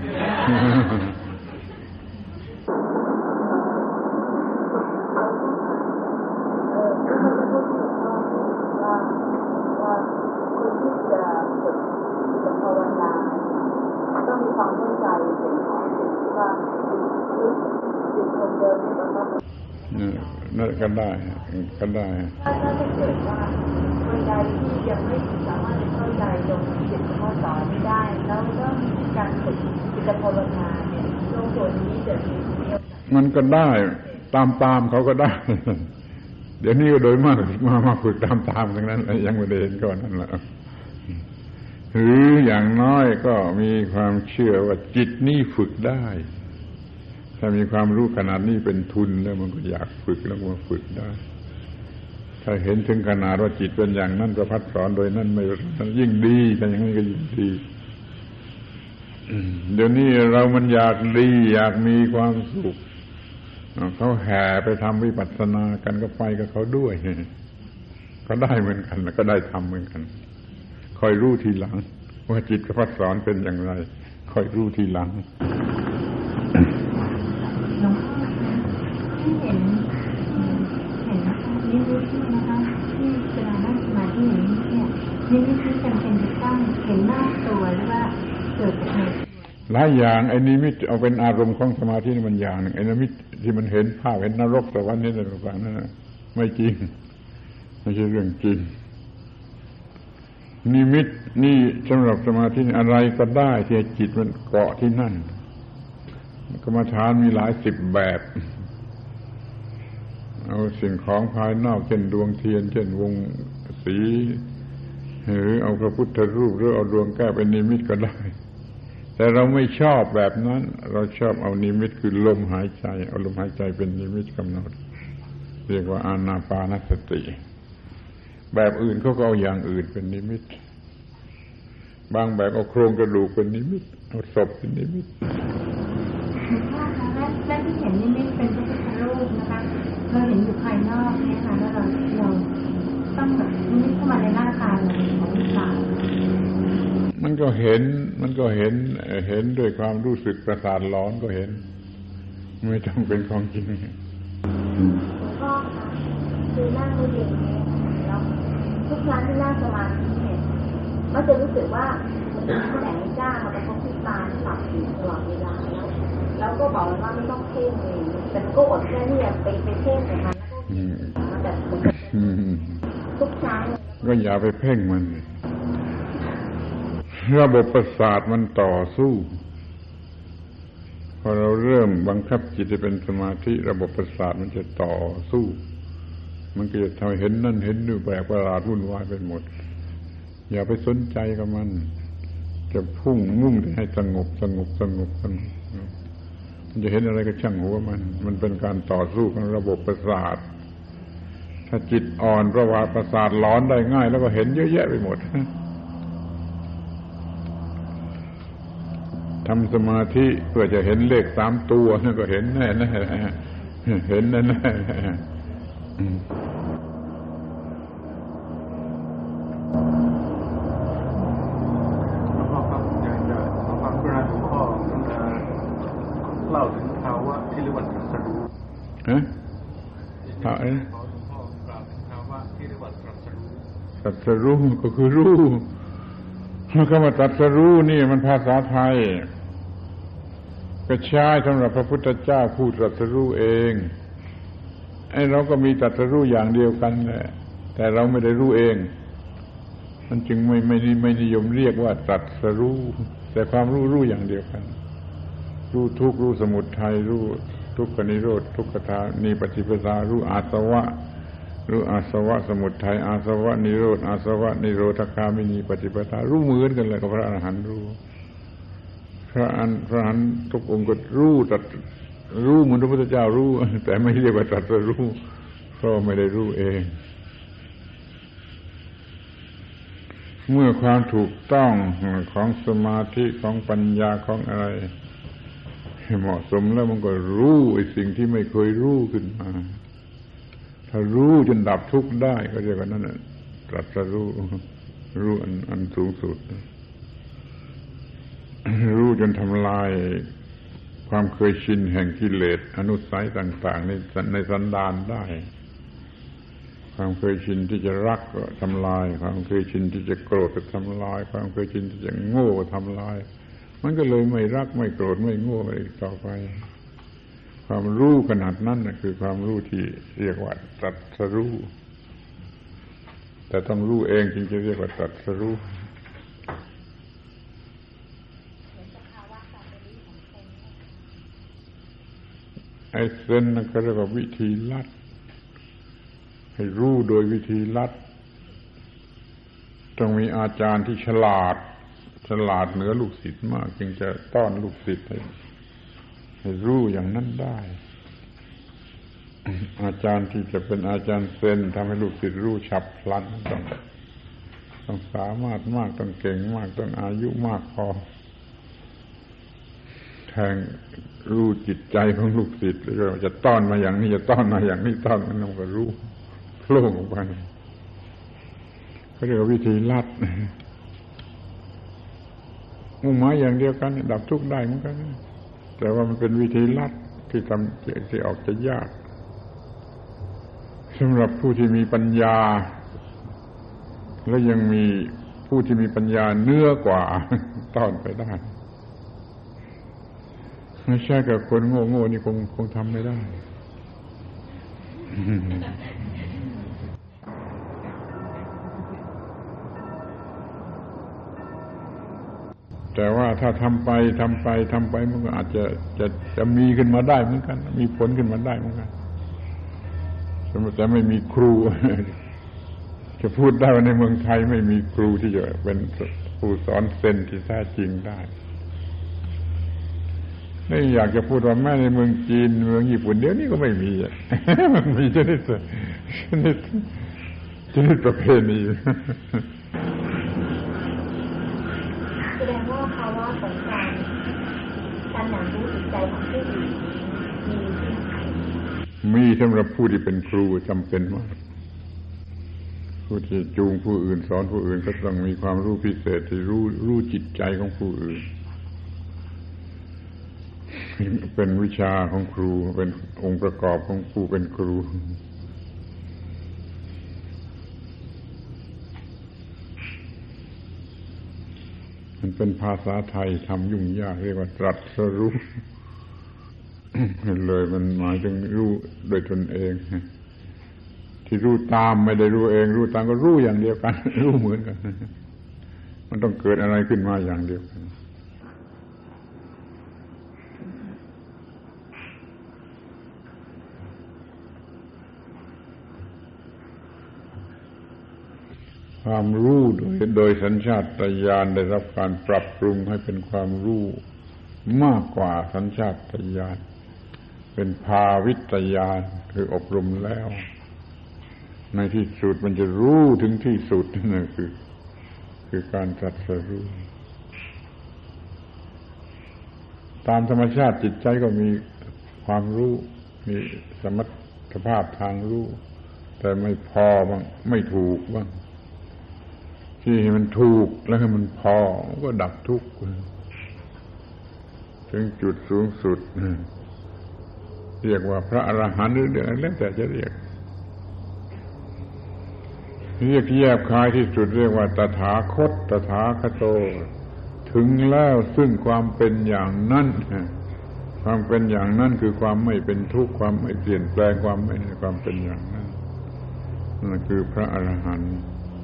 S1: นั่นก็ได้ก็ได้
S2: ถ้าถ้าเกิดว่าคนใดที่ยังไม่สามารถจะเข้าใจตรงจิตข้อสอนไม่ได้แล้วก็การฝึกจิตภาวนาเนี่ยตรงส่วนนี้จะมี
S1: มันก็ได้ตามตามเขาก็ได้เดี๋ยวนี้ก็โดยมากมามาฝึกตามตามทั้งนั้นยังไม่ได้เห็นก่อนนั่นแหละหรืออย่างน้อยก็มีความเชื่อว่าจิตนี่ฝึกได้ถ้ามีความรู้ขนาดนี้เป็นทุนแล้วมันก็อยากฝึกแล้วมาฝึกได้ถ้าเห็นถึงขนาดว่าจิตเป็นอย่างนั้นประพัดสอนโดยนั้นไม่ยิ่งดีแต่อย่างนั้นก็ยิ่งดีเดี๋ยวนี้เรามันอยากดีอยากมีความสุขเขาแห่ไปทำวิปัสสนากันก็ไปกับเขาด้วยก็ได้เหมือนกันก็ได้ทำเหมือนกันคอยรู้ทีหลังว่าจิตประพัดสอนเป็นอย่างไรคอยรู้ทีหลัง
S3: ที่เห็นเห็นนิมิตนะคะที่เวลานั่งสมาธิอย่างนี้เนี่ยนิมิตที่จำเป็นจะต้องเห็นหน้าตัวหรือว่าเกิดจากในตัว
S1: หลายอย่างไอ้นิมิตเอาเป็นอารมณ์ของสมาธินี่มันอย่างหนึ่งไอ้นิมิตที่มันเห็นภาพเห็นนรกสวรรค์นี่ต่างๆนั่นนะไม่จริงไม่ใช่เรื่องจริงนิมิตนี่สำหรับสมาธิอะไรก็ได้ที่จิตมันเกาะที่นั่นกรรมฐานมีหลายสิบแบบเอาสิ่งของภายนอกเช่นดวงเทียนเช่นวงสีหรือเอาพระพุทธรูปหรือเอาดวงแก้วเป็นนิมิตก็ได้แต่เราไม่ชอบแบบนั้นเราชอบเอานิมิตคือลมหายใจเอาลมหายใจเป็นนิมิตกำหนดเรียกว่าอานาปานสติแบบอื่นเขาก็เอาอย่างอื่นเป็นนิมิตบางแบบเอาโครงกระดูกเป็นนิมิตเอาศพเป็นนิมิต
S3: แม่ที่เห็นนิมิตเป็นพระพุทธรูปนะคะเราเห็นอยู่ภายนอกเนี่ยค่ะแล้วเราเราต้องแบบนิมิตเข้ามาในร่างกายของเรา
S1: มันก็เห็นมันก็เห็นเห็นด้วยความรู้สึกประสาทร้อนก็เห็นไม่ต้องเป็นของจริง
S2: หลวงพ่อคะคือนั่งมือเดียวเนี่ยแล้วทุกครั้งที่นั่งสมาธิเนี่ยก็จะรู้สึกว่ามันเป็นแสงจ้ามันเป็นพวกที่ตาที่หลับอยู่ตลอดเวลาแล้วแล้วก็บอกว่าไม่ต้องเพ่งเลยแต่ก็อดแค่ที่จะไปไปเพ่งนะคะแล้วก็แต่ทุกครั้ง
S1: ก็อย่าไปเพ่งมันระบบประสาทมันต่อสู้พอเราเริ่มบังคับจิตให้เป็นสมาธิระบบประสาทมันจะต่อสู้มันก็จะทำให้เห็นนั่นเห็นนี่แปลกประหลาดวุ่นวายไปหมดอย่าไปสนใจกับมันจะพุ่งมุ่งให้สงบสงบสงบสงบมันจะเห็นอะไรก็ช่างหัวมันมันเป็นการต่อสู้ของระบบประสาทถ้าจิตอ่อนเพราะว่าประสาทหลอนได้ง่ายแล้วก็เห็นเยอะแยะไปหมดทำสมาธิเพื่อจะเห็นเลขสามตัวนั่นก็เห็นแน่แน่เห็นแน่แน่
S4: เล่าถึงภาวะที่เรียกว่าตรัสรู้
S1: ฮะภาวะอะไร
S4: ขอหลวงพ่อกล่าวถึงภาวะที่เรียกว่าตรัสรู้
S1: ตรัสรู้ก็คือรู้คำว่าตรัสรู้นี่มันภาษาไทยก็ใช้สำหรับพระพุทธเจ้าผู้ตรัสรู้เองไอ้เราก็มีตรัสรู้อย่างเดียวกันแหละแต่เราไม่ได้รู้เองมันจึงไม่ไม่ไม่นิยมเรียกว่าตรัสรู้แต่ความรู้รู้อย่างเดียวกันรู้ทุกข์รู้สมุทัยรู้ทุกขนิโรธทุกขทานีปฏิปทารู้อาสวะรู้อาสวะสมุทัยอาสวะนิโรธอาสวะนิโรธคามินีปฏิปทารู้เหมือนกันเลยกับพระอรหันต์รู้พระอันพระอรหันต์ทุกองค์ก็รู้ตัดรู้เหมือนพระพุทธเจ้ารู้แต่ไม่เรียกว่าตรัสรู้เพราะไม่ได้รู้เองเมื่อความถูกต้องของสมาธิของปัญญาของอะไรเหมาะสมแล้วมันก็รู้ไอ้สิ่งที่ไม่เคยรู้ขึ้นมาถ้ารู้จนดับทุกข์ได้ก็เรียกว่านั่นน่ะตรัสรู้รู้อันอันสูงสุดรู้จนทำลายความเคยชินแห่งกิเลสอนุสัยต่างๆในในสันดานได้ความเคยชินที่จะรักก็ทำลายความเคยชินที่จะโกรธก็ทำลายความเคยชินที่จะโง่ก็ทำลายมันก็เลยไม่รักไม่โกรธไม่โง่อีกต่อไปความรู้ขนาดนั้นนะคือความรู้ที่เรียกว่าตรัสรู้แต่ต้องรู้เองจึงจะเรียกว่าตรัสรู้ไอ้เซนนั่นก็เรียกว่าวิธีลัดให้รู้โดยวิธีลัดต้องมีอาจารย์ที่ฉลาดฉลาดเหนือลูกศิษย์มากจึงจะต้อนลูกศิษย์ให้ให้รู้อย่างนั้นได้อาจารย์ที่จะเป็นอาจารย์เซนทำให้ลูกศิษย์รู้ฉับพลันต้องต้องสามารถมากต้องเก่งมากต้องอายุมากพอแทงรู้จิตใจของลูกศิษย์แล้วจะต้อนมาอย่างนี้จะต้อนมาอย่างนี้ต้อนมันก็รู้โผล่ออกไปเขาเรียกว่าวิธีลัดมุ่งหมายอย่างเดียวกันดับทุกข์ได้เหมือนกันแต่ว่ามันเป็นวิธีลัดที่ทำที่ออกจะยากสำหรับผู้ที่มีปัญญาและยังมีผู้ที่มีปัญญาเนื้อกว่าต้อนไปได้ไม่ใช่กับคนโง่ๆนี่คงคงทำไม่ได้แต่ว่าถ้าทำไปทำไปทำไปมันก็อาจจะจะจะมีขึ้นมาได้เหมือนกันมีผลขึ้นมาได้เหมือนกันแต่ไม่มีครูจะพูดได้ว่าในเมืองไทยไม่มีครูที่จะเป็นผู้สอนเซนที่แท้จริงได้นี่อยากจะพูดว่าแม้ในเมืองจีนเมืองญี่ปุ่นเดี๋ยวนี้ก็ไม่มีมันมีชนิดชนิดชนิดประเพณี
S3: แสดงว่าภาวะของการการหนังรู้จิตใจของผู้อื่นมี
S1: มีสำหรับผู้ที่เป็นครูจำเป็นมากผู้ที่จูงผู้อื่นสอนผู้อื่นก็ต้องมีความรู้พิเศษที่รู้รู้จิตใจของผู้อื่นเป็นวิชาของครูเป็นองค์ประกอบของผู้เป็นครูมันเป็นภาษาไทยทำยุ่งยากเรียกว่าตรัสรู้เลยมันหมายถึงรู้โดยตนเองที่รู้ตามไม่ได้รู้เองรู้ตามก็รู้อย่างเดียวกันรู้เหมือนกันมันต้องเกิดอะไรขึ้นมาอย่างเดียวกันความรู้โดยโดยสัญชาตญาณได้รับการปรับปรุงให้เป็นความรู้มากกว่าสัญชาตญาณเป็นภาวิตญาณคืออบรมแล้วในที่สุดมันจะรู้ถึงที่สุดนั่นคือคือการตรัสรู้ตามธรรมชาติจิตใจก็มีความรู้มีสมรรถภาพทางรู้แต่ไม่พอบ้างไม่ถูกบ้างที่มันถูกแล้วให้มันพอก็ดับทุกข์ถึงจุดสูงสุดเรียกว่าพระอรหันต์หรือเรื่องอะไรแล้วแต่จะเรียกเรียกแยบคายที่สุดเรียกว่าตถาคตตถาคโตถึงแล้วซึ่งความเป็นอย่างนั้นความเป็นอย่างนั้นคือความไม่เป็นทุกข์ความไม่เปลี่ยนแปลงความไม่ความเป็นอย่างนั้นนั่นคือพระอรหันต์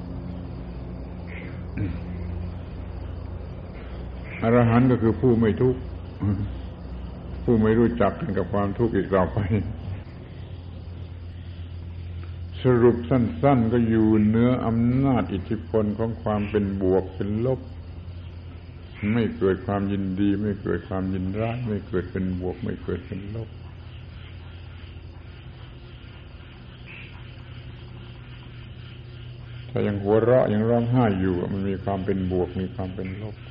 S1: อรหันต์ก็คือผู้ไม่ทุกข์ผู้ไม่รู้จักกันกับความทุกข์อีกต่อไปสรุปสั้นๆก็อยู่เหนืออำนาจอิทธิพลของความเป็นบวกเป็นลบไม่เกิดความยินดีไม่เกิดความยินร้ายไม่เกิดเป็นบวกไม่เกิดเป็นลบถ้ายังหัวเราะยังร้องไห้อยู่มันมีความเป็นบวกมีความเป็นลบ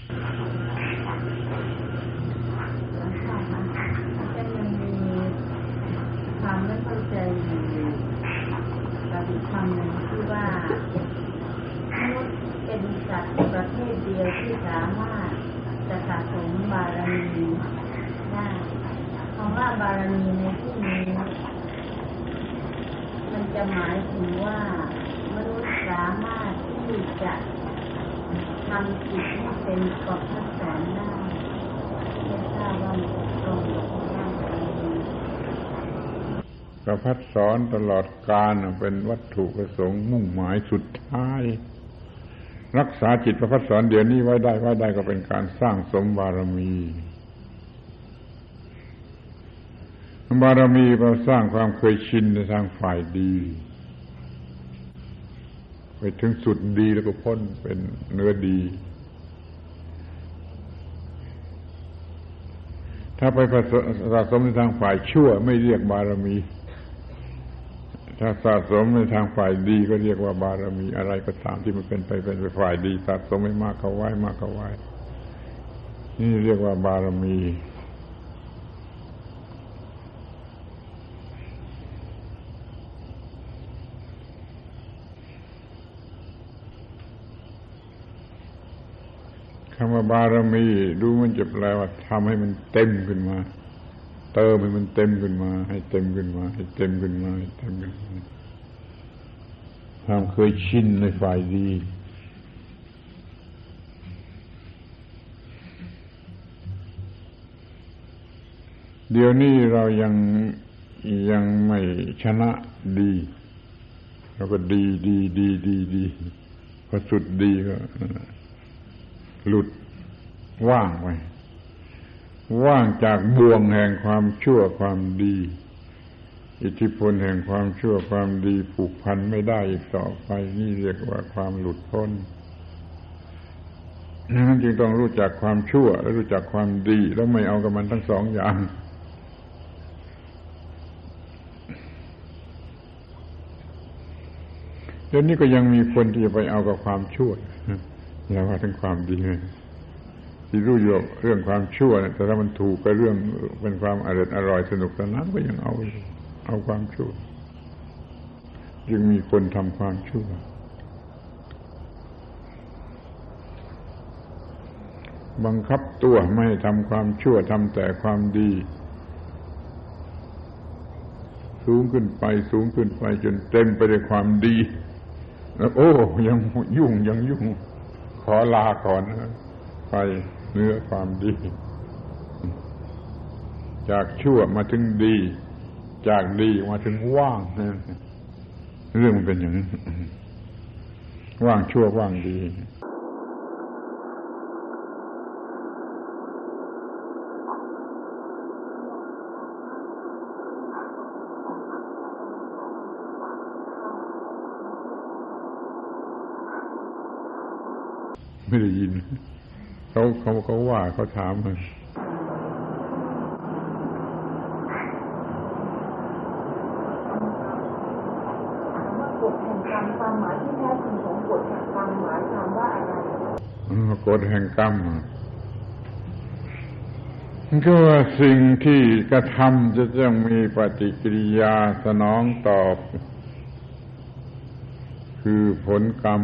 S2: ความไม่เข้าใจกับอีกคำหนึ่งที่ว่ามนุษย์เป็นสัตว์ประเภทเดียวที่สามารถจะสะสมบารมีได้คำว่าบารมีในที่นี้มันจะหมายถึงว่ามนุษย์สามารถที่จะทำจิตให้เป็นประภัสสรได้ไม่ทราบว่าตรงหรือไม่
S1: ประภัสสรตลอดกาลเป็นวัตถุประสงค์มุ่งหมายสุดท้ายรักษาจิตประภัสสรเดี๋ยวนี้ไว้ได้ไว้ได้ก็เป็นการสร้างสมบารมีบารมีเราสร้างความเคยชินในทางฝ่ายดีไปถึงสุดดีแล้วก็พ้นเป็นเนื้อดีถ้าไปสะสมในทางฝ่ายชั่วไม่เรียกบารมีถ้าสะสมในทางฝ่ายดีก็เรียกว่าบารมีอะไรก็ตามที่มันเป็นไปเป็นไปฝ่ายดีสะสมไม่มากเข้าไว้มากเข้าไว้นี่เรียกว่าบารมีคำว่าบารมีดูมันจะแปลว่าทำให้มันเต็มขึ้นมาเติมให้มันเต็มขึ้นมาให้เต็มขึ้นมาให้เต็มขึ้นมาให้เต็มขึ้นมาความเคยชินในฝ่ายดีเดี๋ยวนี้เรายังยังไม่ชนะดีเราก็ดีดีดีดีดีพอสุดดีก็หลุดว่างไปว่างจากบ่วงแห่งความชั่วความดีอิทธิพลแห่งความชั่วความดีผูกพันไม่ได้อีกต่อไปนี่เรียกว่าความหลุดพ้นนั้นจึงต้องรู้จักความชั่วและรู้จักความดีแล้วไม่เอากับมันทั้งสองอย่างเดี๋ยวนี้ก็ยังมีคนที่จะไปเอากับความชั่วอย่าว่าทั้งความดีที่รู้อยู่เรื่องความชั่วแต่ถ้ามันถูกกับเรื่องเป็นความอร่อยอร่อยสนุกสนานก็ยังเอาเอาความชั่วยังมีคนทำความชั่วบังคับตัวไม่ให้ทำความชั่วทำแต่ความดีสูงขึ้นไปสูงขึ้นไปจนเต็มไปด้วยความดีแล้วโอ้ยังยุ่งยังยุ่งขอลาก่อนนะไปเนื้อความดีจากชั่วมาถึงดีจากดีมาถึงว่างเรื่องมันเป็นอย่างนี้ว่างชั่วว่างดีไม่ได้ยินเขาเขาเขาว่าเขาถามมัน
S2: กฎแห่งกรรมความหมายที่แท้จริงของกฎแห่งกรรมหมายความว่าอะไร
S1: กฎแห่งกรรมก็ว่าสิ่งที่กระทำจะต้องมีปฏิกิริยาสนองตอบคือผลกรรม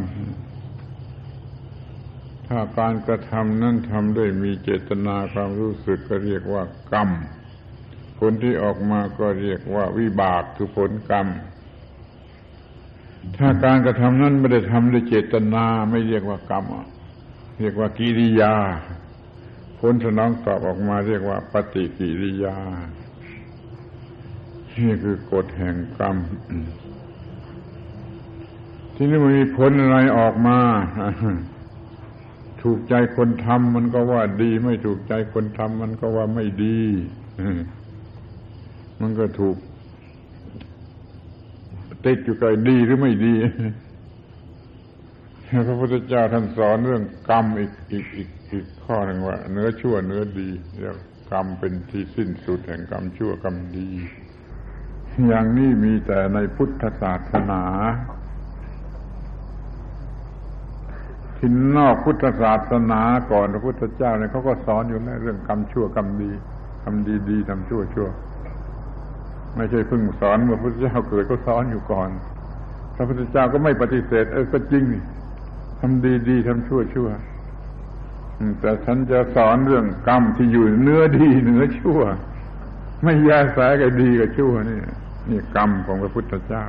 S1: ถ้าการกระทำนั้นทำด้วยมีเจตนาความรู้สึกก็เรียกว่ากรรมผลที่ออกมาก็เรียกว่าวิบากคือผลกรรมถ้าการกระทำนั้นไม่ได้ทำด้วยเจตนาไม่เรียกว่ากรรมเรียกว่ากิริยาผลสนองตอบออกมาเรียกว่าปฏิกิริยานี่คือกฎแห่งกรรมที่นี่มันมีผลอะไรออกมาถูกใจคนทำมันก็ว่าดีไม่ถูกใจคนทำมันก็ว่าไม่ดีมันก็ถูกติดอยู่กับดีหรือไม่ดีพระพุทธเจ้าท่านสอนเรื่องกรรมอีกอีกอีกอีกข้อหนึ่งว่าเนื้อชั่วเนื้อดีเรียกกรรมเป็นที่สิ้นสุดแห่งกรรมชั่วกรรมดีอย่างนี้มีแต่ในพุทธศาสนาที่นอกพุทธศาสนาก่อนพระพุทธเจ้าเนี่ยเขาก็สอนอยู่ในเรื่องกรรมชั่วกรรมดีทำดีดีทำชั่วชั่วไม่ใช่เพิ่งสอนเมื่อพระพุทธเจ้าเกิดก็สอนอยู่ก่อนพระพุทธเจ้าก็ไม่ปฏิเสธเออก็จริงนี่ทำดีดีทำชั่วชั่วแต่ฉันจะสอนเรื่องกรรมที่อยู่เนื้อดีเนื้อชั่วไม่แยกสายกับดีกับชั่วนี่นี่กรรมของพระพุทธเจ้า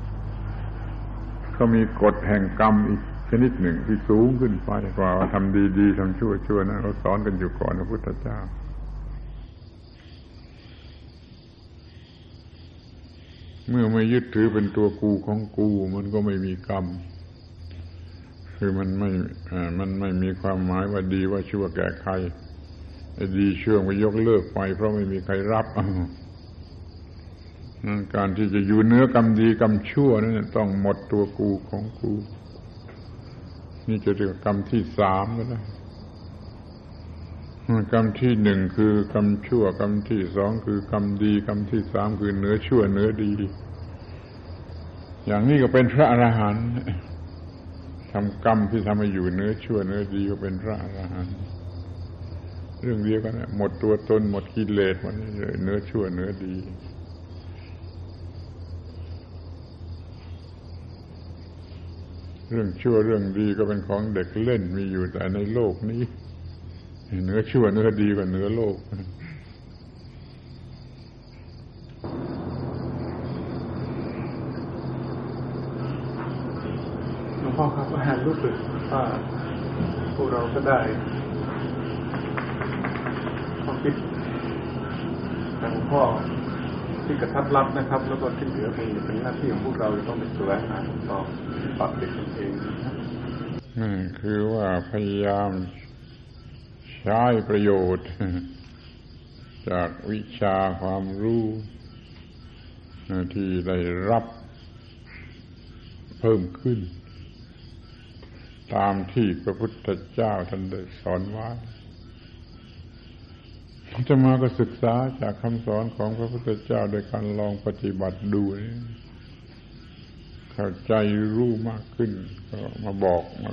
S1: เขามีกฎแห่งกรรมอีกชนิดหนึ่งที่สูงขึ้นไปกว่าทำดีๆทำชั่วๆนะเขาสอนกันอยู่ก่อนพระพุทธเจ้าเมื่อไม่ยึดถือเป็นตัวกูของกูมันก็ไม่มีกรรมคือมันไม่อ่ามันไม่มีความหมายว่าดีว่าชั่วแก่ใครดีชั่วไปยกเลิกไปเพราะไม่มีใครรับนั่นการที่จะอยู่เนื้อกรรมดีกรรมชั่วนั้นต้องหมดตัวกูของกูนี่จะเรียกกรรมที่สามก็ได้กรรมที่หนึ่งคือกรรมชั่วกรรมที่สองคือกรรมดีกรรมที่สามคือเนื้อชั่วเนื้อดีอย่างนี้ก็เป็นพระอรหันต์ทำกรรมที่ทำให้อยู่เนื้อชั่วเนื้อดีก็เป็นพระอรหันต์เรื่องเดียวกันหมดตัวตนหมดกิเลสหมดเนื้อชั่วเนื้อดีเรื่องชั่วเรื่องดีก็เป็นของเด็กเล่นมีอยู่แต่ในโลกนี้เนื้อชั่วเนื้อดีกว่าเนื้อโลก
S4: หลวงพ่อครับอาหารรู้สึกว่าพวกเราก็ได้ความคิดแต่หลวงพ่อที่กระทับรัดนะครับแล้วก็ที่เหลือเป็นเป็นหน้าที่ของพวกเราต้องไปแสวงหาคำตอบปรับเปลี่ยนเอง
S1: นั่นคือว่าพยายามใช้ประโยชน์จากวิชาความรู้ที่ได้รับเพิ่มขึ้นตามที่พระพุทธเจ้าท่านได้สอนไว้จะมาก็ศึกษาจากคำสอนของพระพุทธเจ้าโดยการลองปฏิบัติดูเข้าใจรู้มากขึ้นก็มาบอกมา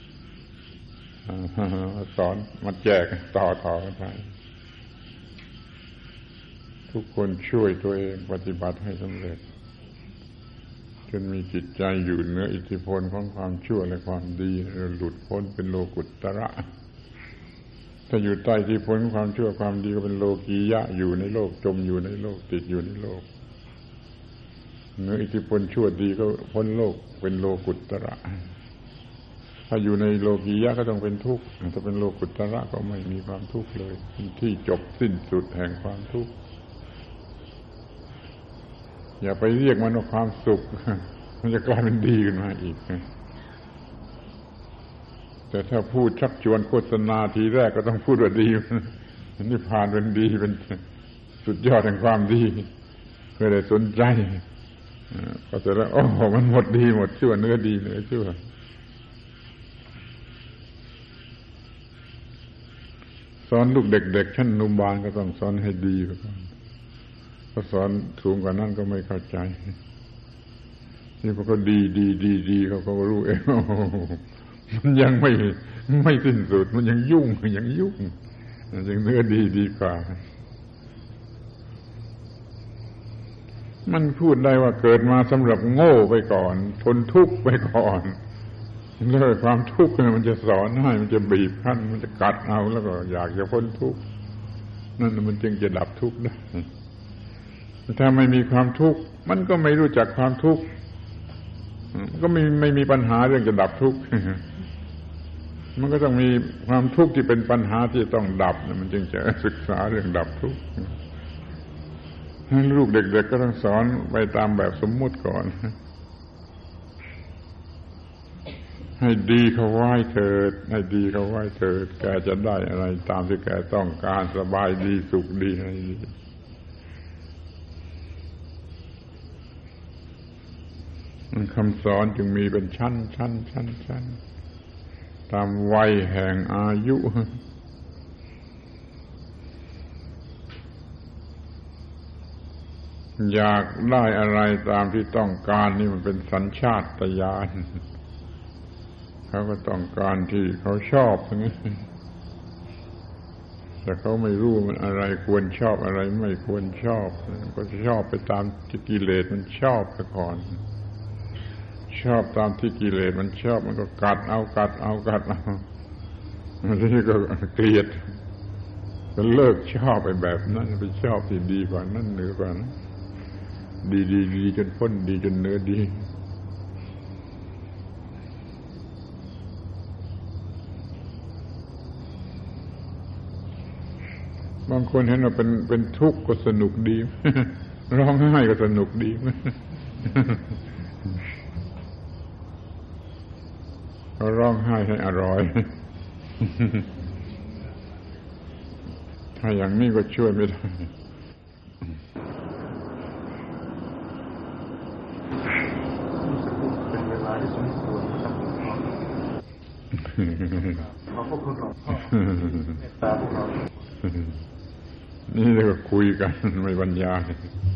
S1: สอนมาแจกต่อต่อกันไปทุกคนช่วยตัวเองปฏิบัติให้สำเร็จจนมีจิตใจอยู่เหนืออิทธิพลของความชั่วและความดีหลุดพ้นเป็นโลกุตตระถ้าอยู่ใต้อิทธิพลของความชั่วความดีก็เป็นโลกียะอยู่ในโลกจมอยู่ในโลกติดอยู่ในโลกเหนืออิทธิพลชั่วดีก็พ้นโลกเป็นโลกุตตระถ้าอยู่ในโลกียะก็ต้องเป็นทุกข์ถ้าเป็นโลกุตตระก็ไม่มีความทุกข์เลยเป็นที่จบสิ้นสุดแห่งความทุกข์อย่าไปเรียกมันว่าความสุขมันจะกลายเป็นดีขึ้นมาอีกแต่ถ้าพูดชักชวนโฆษณาทีแรกก็ต้องพูดว่าดีนิพพานเป็นดีเป็นสุดยอดแห่งความดีเพื่อได้สนใจก็จะแล้วโอ้มันหมดดีหมดชั่วเนื้อดีเนื้อชั่วสอนลูกเด็กๆชั้นอนุบาลก็ต้องสอนให้ดีไปก่อนก็สอนสูงกว่านั้นก็ไม่เข้าใจนี่พอเขาดีดีดีดีเขาก็รู้เองมันยังไม่ไม่สิ้นสุดมันยังยุ่งยังยุ่งยังเนื้อดีดีกว่ามันพูดได้ว่าเกิดมาสำหรับโง่ไปก่อนทนทุกข์ไปก่อนแล้วความทุกข์มันจะสอนให้มันจะบีบคั้นมันจะกัดเอาแล้วก็อยากจะพ้นทุกข์นั่นมันจึงจะดับทุกข์ได้ถ้าไม่มีความทุกข์มันก็ไม่รู้จักความทุกข์ก็ไม่ไม่มีปัญหาเรื่องจะดับทุกข์มันก็ต้องมีความทุกข์ที่เป็นปัญหาที่ต้องดับมันจึงจะศึกษาเรื่องดับทุกข์ลูกเด็กๆ ก็ต้องสอนไปตามแบบสมมุติก่อนให้ดีเขาไว้เถิดให้ดีเขาไว้เถิดแกจะได้อะไรตามที่แกต้องการสบายดีสุขดีอะไรดีคำสอนจึงมีเป็นชั้นชั้นชั้นชั้นตามวัยแห่งอายุอยากได้อะไรตามที่ต้องการนี่มันเป็นสัญชาตญาณเขาก็ต้องการที่เขาชอบอย่างนี้แต่เขาไม่รู้มันอะไรควรชอบอะไรไม่ควรชอบก็จะชอบไปตามที่กิเลสมันชอบไปก่อนชอบตามที่กิเลสมันชอบมันก็กัดเอากัดเอากัดเอาทีนี้ก็เกลียดก็เลิกชอบไปแบบนั้นไปชอบที่ดีกว่านั้นเหนือกว่านั้นดีดีดีจนพ้นดีจนเนื้อดีบางคนเห็นว่าเป็นเป็นทุกข์ก็สนุกดีร้องไห้ก็สนุกดีเขาร้องไห้ให้อร่อยถ้าอย่างนี้ก็ช่วยไม่ได้
S4: เป็นเวลาที่สมควรครับขอบคุณหลวงพ่อเมตตาพวกเรา
S1: นี่เราก็คุยกันไม่บรรยาย